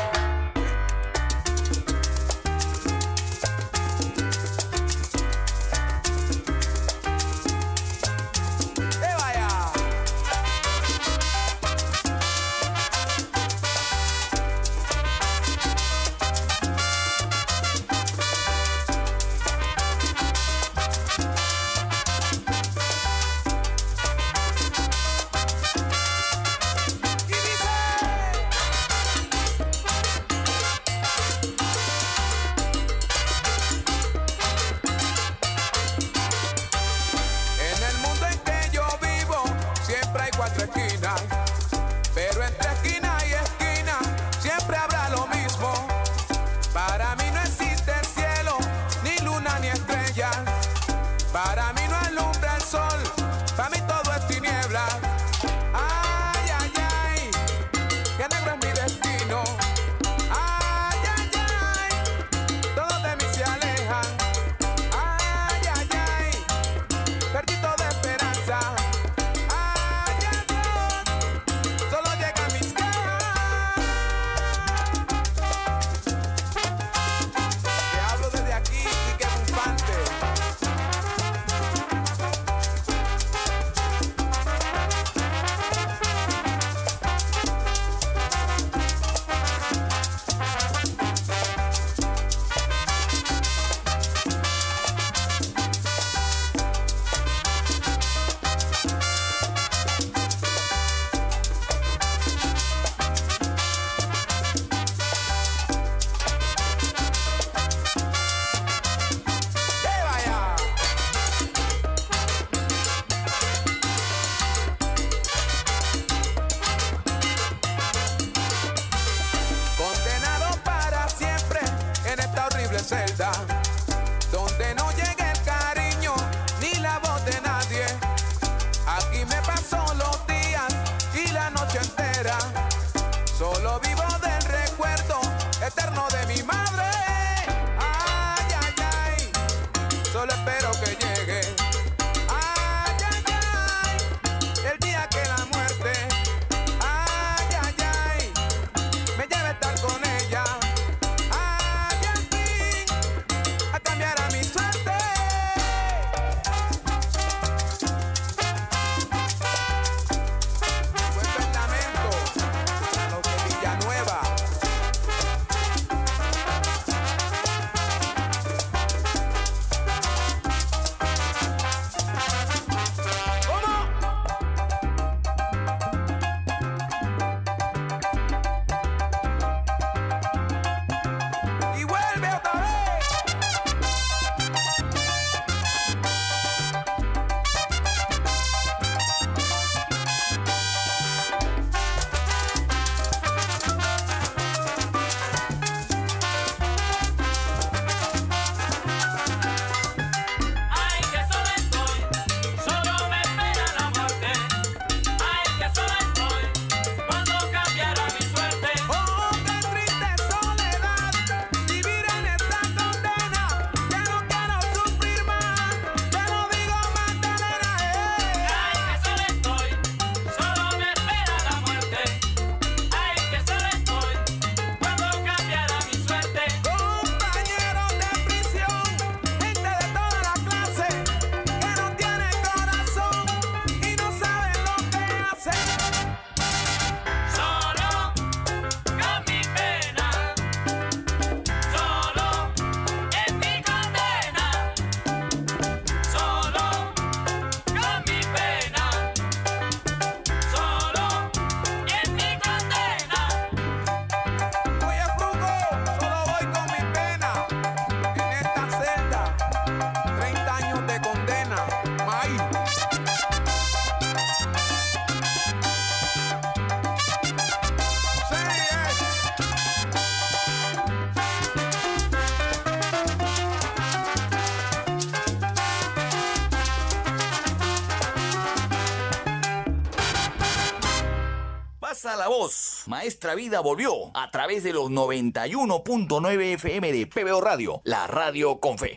Pasa la voz. Maestra Vida volvió a través de los noventa y uno punto nueve F M de P B O Radio, la radio con fe.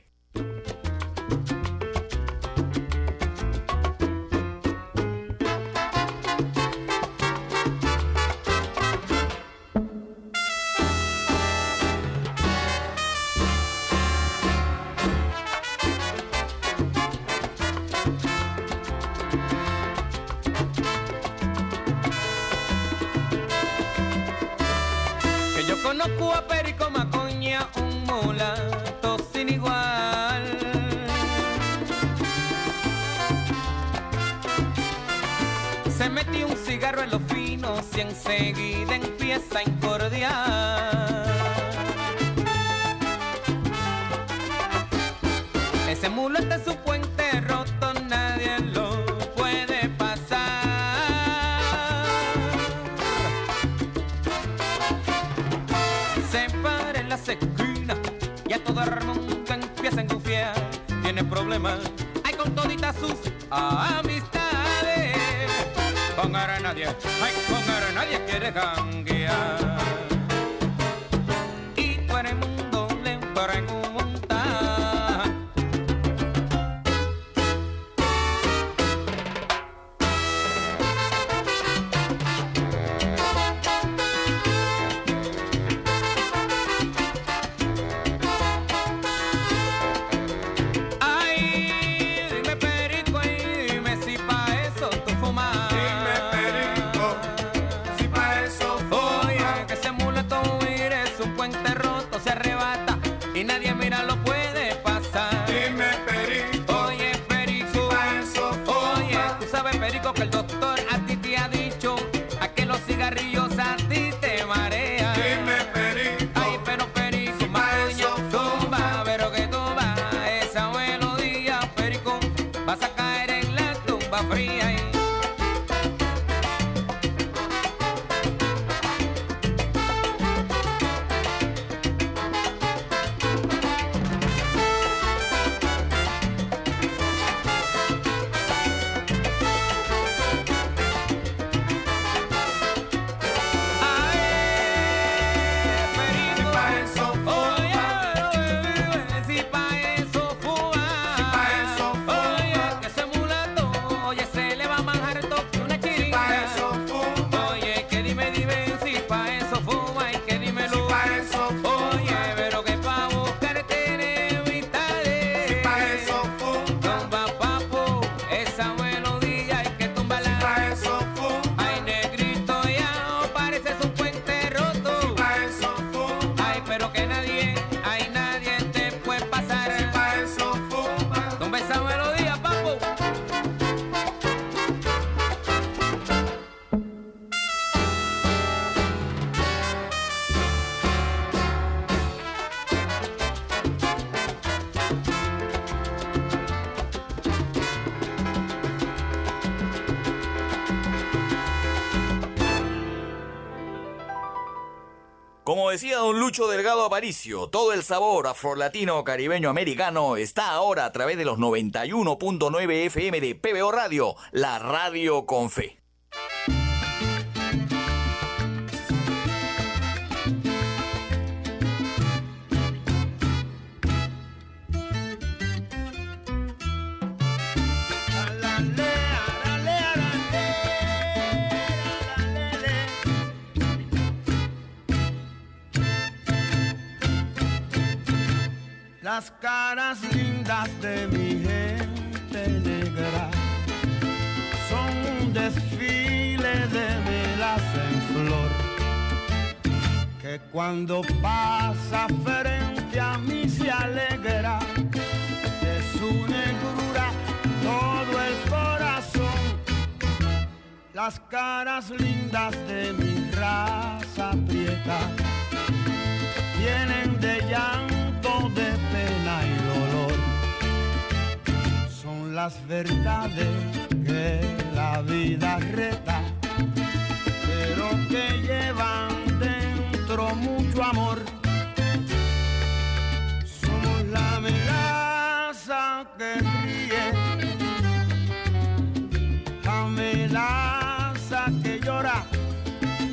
Conozco a Perico Macoña, un mulato sin igual. Se metió un cigarro en los finos y enseguida empieza a incordiar. Ese mulato es su puente roto, nadie lo puede pasar. Esquina, y a todo el mundo empieza a engufiar. Tiene problemas, hay con toditas sus amistades. Con ahora nadie, ay, con ahora nadie quiere janguear. Y todo el mundo le pregunta: y nadie mira lo puede pasar. Dime, Perico. Oye, Perico. Oye, tú sabes, Perico, que el doctor a ti te ha dicho a que los cigarrillos a ti te marean. Dime, Perico. Ay, pero Perico, Macoña, tumba, pero que tumba esa melodía, Perico, vas a caer en la tumba fría. Y Como decía don Lucho Delgado Aparicio, todo el sabor afrolatino, caribeño, americano está ahora a través de los noventa y uno punto nueve F M de P B O Radio, la radio con fe. Las caras lindas de mi gente negra son un desfile de velas en flor, que cuando pasa frente a mí se alegra de su negrura todo el corazón. Las caras lindas de mi raza prieta vienen de llanto, de pena y dolor. Son las verdades que la vida reta, pero que llevan dentro mucho amor. Somos la melaza que ríe, la melaza que llora,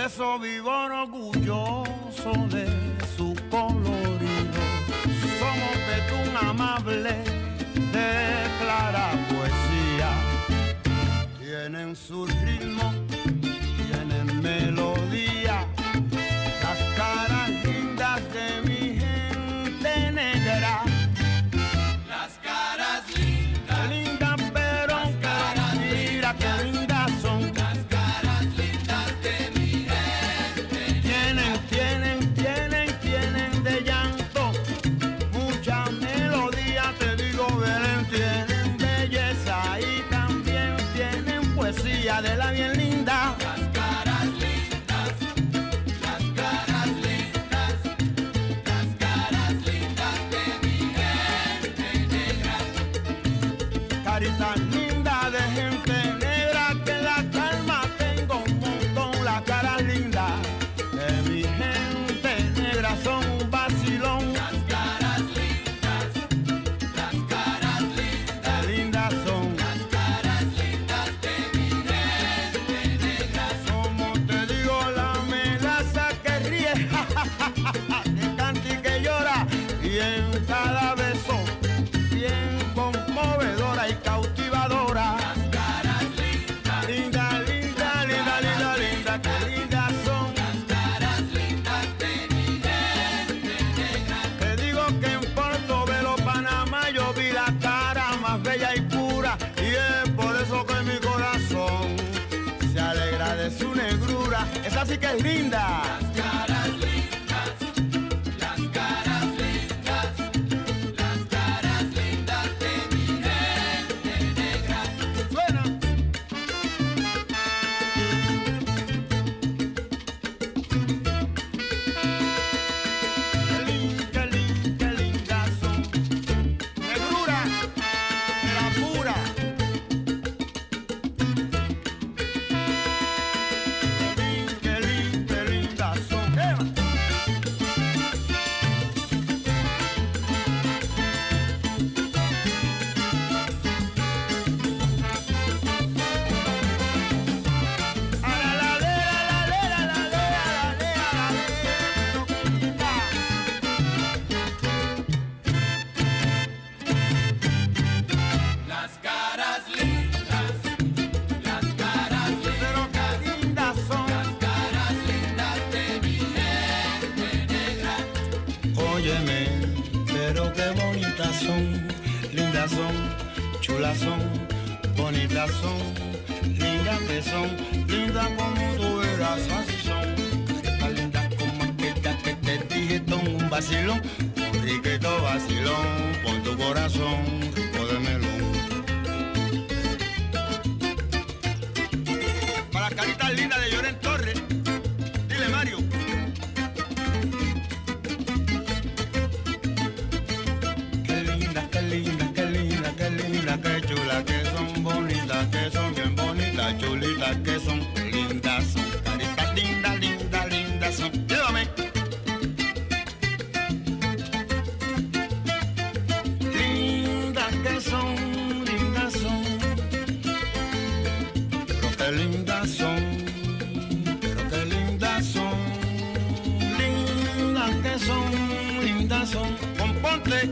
eso vivo orgulloso de su colorido. Somos de un amable, de clara poesía. Tienen su ritmo, tienen melodía, las caras lindas de mi gente negra. Las caras lindas, lindas pero, las caras pero mira lindas, qué lindas son. las caras lindas de mi gente. Tienen, tienen, tienen, tienen de llanto mucha melodía, te digo, Belén, tienen belleza y también tienen poesía de la bien linda. Las caras lindas, las caras lindas, las caras lindas de mi gente negra. Caritas lindas de gente negra, que la calma tengo un montón. Las caras lindas de mi gente negra son un vacilón. Las caras lindas, las caras lindas, Qué lindas son. las caras lindas de mi gente negra. Como te digo, la melaza que ríe, que canta y que llora, y en cada beso bien conmovedora y cautivadora. Las caras lindas, Linda, linda, linda, linda, linda, qué lindas son. las caras lindas de mi gente negra. Te digo que en Portobelo, Panamá, yo vi la cara más bella y pura, y es por eso que mi corazón se alegra de su negrura. Esa sí que es linda. Las caras lindas, las caras lindas, las caras lindas de mi gente negra. Suena. Qué lin, qué lin, qué lindas son. Negrura, la pura. Qué lin, qué lin, qué lindas son. Eva. A la la le, a la le, a la le, a la le, a la le, loquita. Las caras lindas, las caras Pero lindas, qué lindas son. las caras lindas de mi gente negra. Óyeme, pero qué bonitas son, lindas son, chulas son, bonitas son, lindas que son, lindas como tú eras, así son. Caritas lindas como aquella que te dije, son un vacilón, un riquito vacilón, pon tu corazón, rico de melón. Para las caritas lindas de Llorén Torres, dile Mario. Qué lindas, qué lindas, qué lindas, qué lindas, qué chulas que son, bonitas que son, bien bonitas, chulitas que son, lindas son, caritas lindas, lindas, lindas son. Llévame. Lindas que son, lindas son, pero qué lindas son, pero qué lindas son, lindas que son, lindas son. Componte.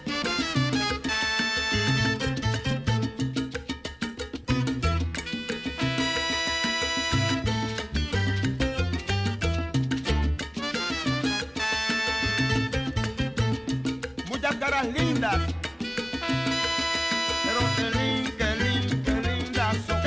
Muchas caras lindas, pero qué lin, qué lin, qué lindas son.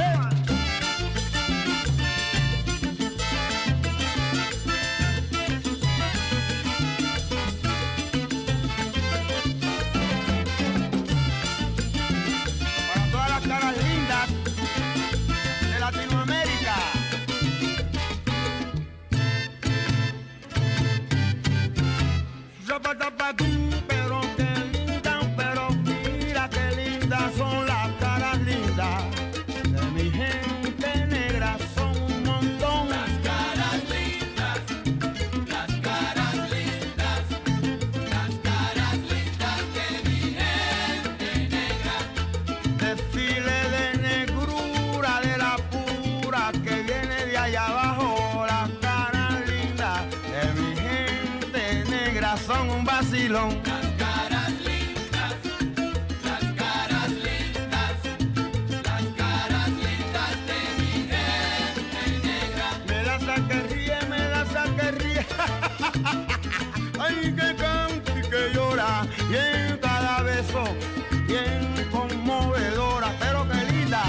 Para todas las caras lindas de Latinoamérica. Zapatapatum, pero qué lindas, pero mira qué lindas son las caras lindas de mi gente negra, son un montón. Las caras lindas, las caras lindas, las caras lindas de mi gente negra. Desfile de negrura de la pura que viene de allá abajo, las caras vacilón. Las caras lindas, las caras lindas, las caras lindas de mi gente negra. Me da sa que ríe, me da sa que ríe. Ay, que canta y que llora, y en cada beso, bien conmovedora, pero que linda.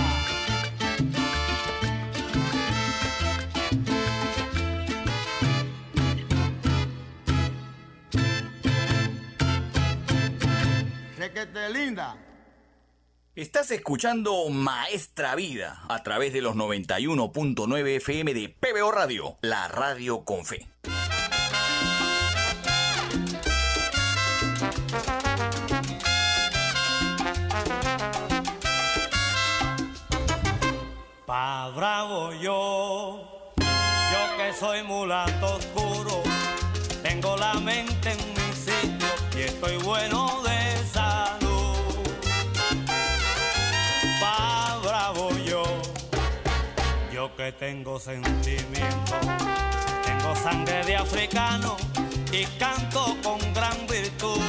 Requete linda. Estás escuchando Maestra Vida a través de los noventa y uno punto nueve F M de P B O Radio, la radio con fe. Pa' bravo yo, yo que soy mulato oscuro, tengo la mente en mi sitio y estoy bueno de salud. Pa' bravo yo, yo que tengo sentimiento, tengo sangre de africano y canto con gran virtud.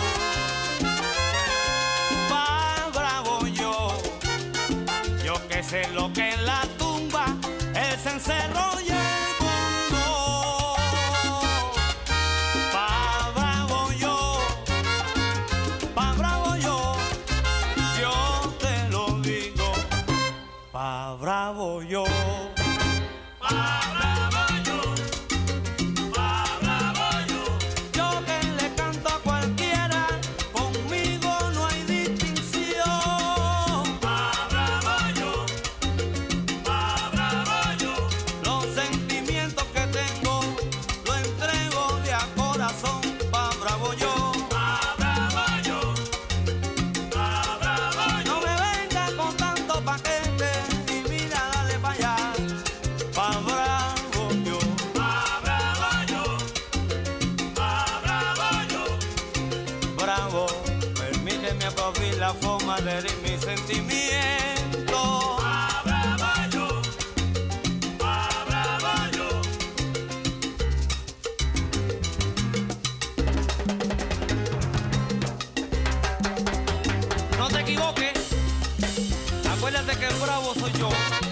Pa' bravo yo, yo que sé lo que en la tumba el cencerro y el bongo. Pa' bravo yo, pa' bravo yo, yo te lo digo. Pa' bravo yo, pa' bravo yo, pa' bravo yo, yo que le canto a cualquiera, conmigo no hay distinción. Pa' bravo yo, pa' bravo yo, los sentimientos que tengo lo entrego de a corazón. Pa' bravo yo, pa' bravo yo, pa' bravo yo, no me venga con tanto paquete y mira, dale pa' allá. Pa' bravo yo, pa' bravo yo, pa' bravo yo, bravo, permíteme aplaudir la forma de herir mis sentimientos. Pa' bravo yo, pa' bravo yo. No te equivoques, acuérdate que el bravo soy yo.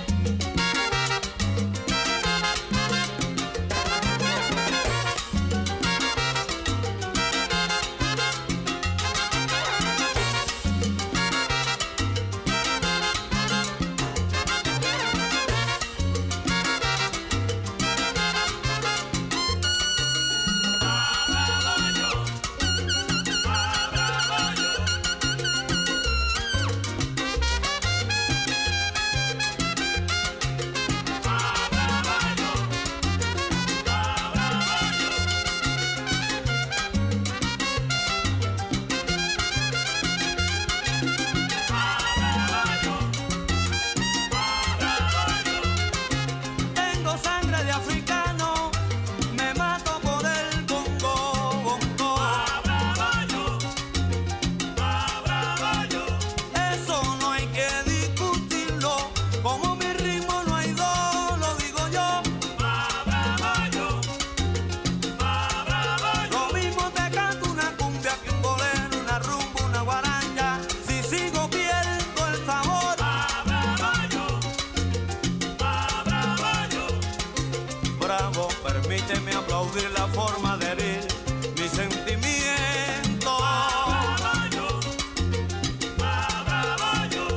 Tengo sangre de africano, me mato por el bongo, bongo. Pa' bravo yo, pa' bravo yo, eso no hay que discutirlo, como mi ritmo no hay dos, lo digo yo. Pa' bravo yo, pa' bravo yo, lo mismo te canto una cumbia que un bolero, una rumba, una guaranja, si sigo pierdo el sabor. Pa' bravo yo, pa' bravo yo, bravo, permíteme aplaudir la forma de herir mis sentimientos. Pa' bravo yo, pa' bravo yo.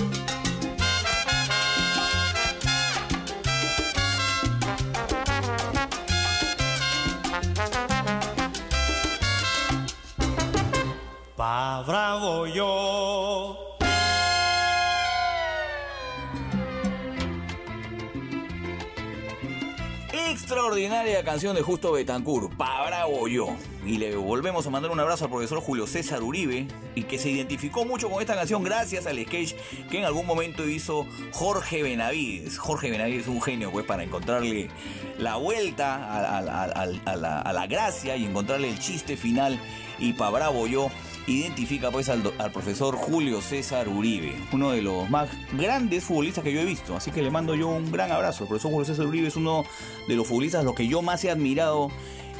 Pa' bravo yo. Extraordinaria canción de Justo Betancourt, Pa' bravo yo. Y le volvemos a mandar un abrazo al profesor Julio César Uribe, y que se identificó mucho con esta canción gracias al sketch que en algún momento hizo Jorge Benavides. Jorge Benavides es un genio, pues, para encontrarle la vuelta a, a, a, a, a, la, a la gracia y encontrarle el chiste final. Y Pa' bravo yo identifica, pues, al, al profesor Julio César Uribe, uno de los más grandes futbolistas que yo he visto. Así que le mando yo un gran abrazo. El profesor Julio César Uribe es uno de los futbolistas a los que yo más he admirado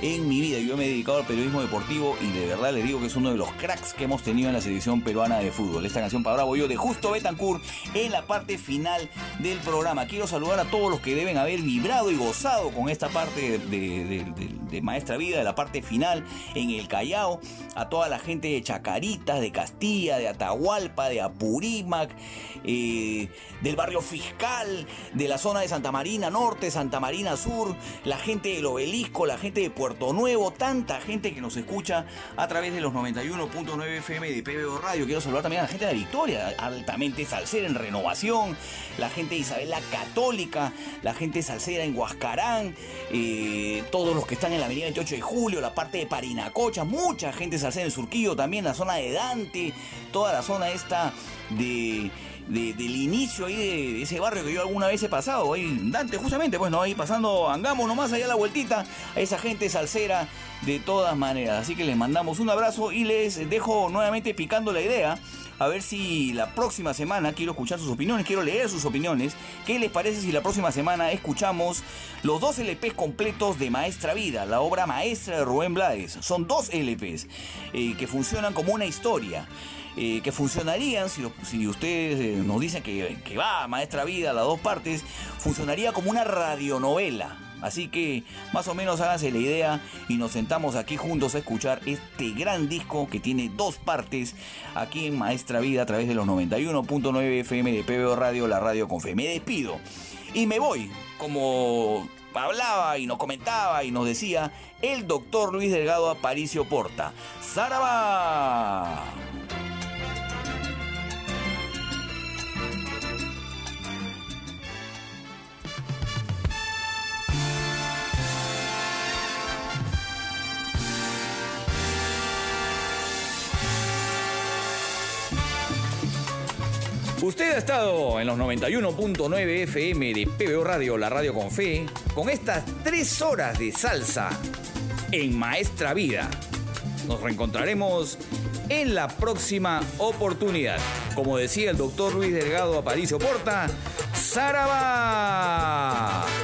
en mi vida. Yo me he dedicado al periodismo deportivo y de verdad les digo que es uno de los cracks que hemos tenido en la selección peruana de fútbol. Esta canción Pa' Bravo Yo de Justo Betancourt en la parte final del programa. Quiero saludar a todos los que deben haber vibrado y gozado con esta parte de, de, de, de, de Maestra Vida, de la parte final en el Callao, a toda la gente de Chacaritas, de Castilla, de Atahualpa, de Apurímac, eh, del barrio Fiscal, de la zona de Santa Marina Norte, Santa Marina Sur, la gente del Obelisco, la gente de Puerto Nuevo, tanta gente que nos escucha a través de los noventa y uno punto nueve F M de P B O Radio. Quiero saludar también a la gente de la Victoria, altamente salsera en Renovación, la gente de Isabel la Católica, la gente salsera en Huascarán, eh, todos los que están en la avenida veintiocho de julio, la parte de Parinacocha, mucha gente salsera en Surquillo también, la zona de Dante, toda la zona esta de... De, del inicio ahí de, de ese barrio que yo alguna vez he pasado, ahí Dante justamente, pues no, ahí pasando Angamo nomás allá a la vueltita, a esa gente salsera de todas maneras. Así que les mandamos un abrazo y les dejo nuevamente picando la idea, a ver si la próxima semana, quiero escuchar sus opiniones, quiero leer sus opiniones. ¿Qué les parece si la próxima semana escuchamos los dos L Pes completos de Maestra Vida, la obra maestra de Rubén Blades? Son dos L Pes eh, que funcionan como una historia. Eh, que funcionarían, si, si ustedes eh, nos dicen que, que va Maestra Vida, las dos partes, funcionaría como una radionovela. Así que más o menos háganse la idea y nos sentamos aquí juntos a escuchar este gran disco que tiene dos partes aquí en Maestra Vida a través de los noventa y uno punto nueve F M de P B O Radio, la radio con fe. Me despido y me voy, como hablaba y nos comentaba y nos decía el doctor Luis Delgado Aparicio Porta. ¡Zaraba! Usted ha estado en los noventa y uno punto nueve F M de P B O Radio, la radio con fe, con estas tres horas de salsa en Maestra Vida. Nos reencontraremos en la próxima oportunidad. Como decía el doctor Luis Delgado Aparicio Porta, ¡Zaraba!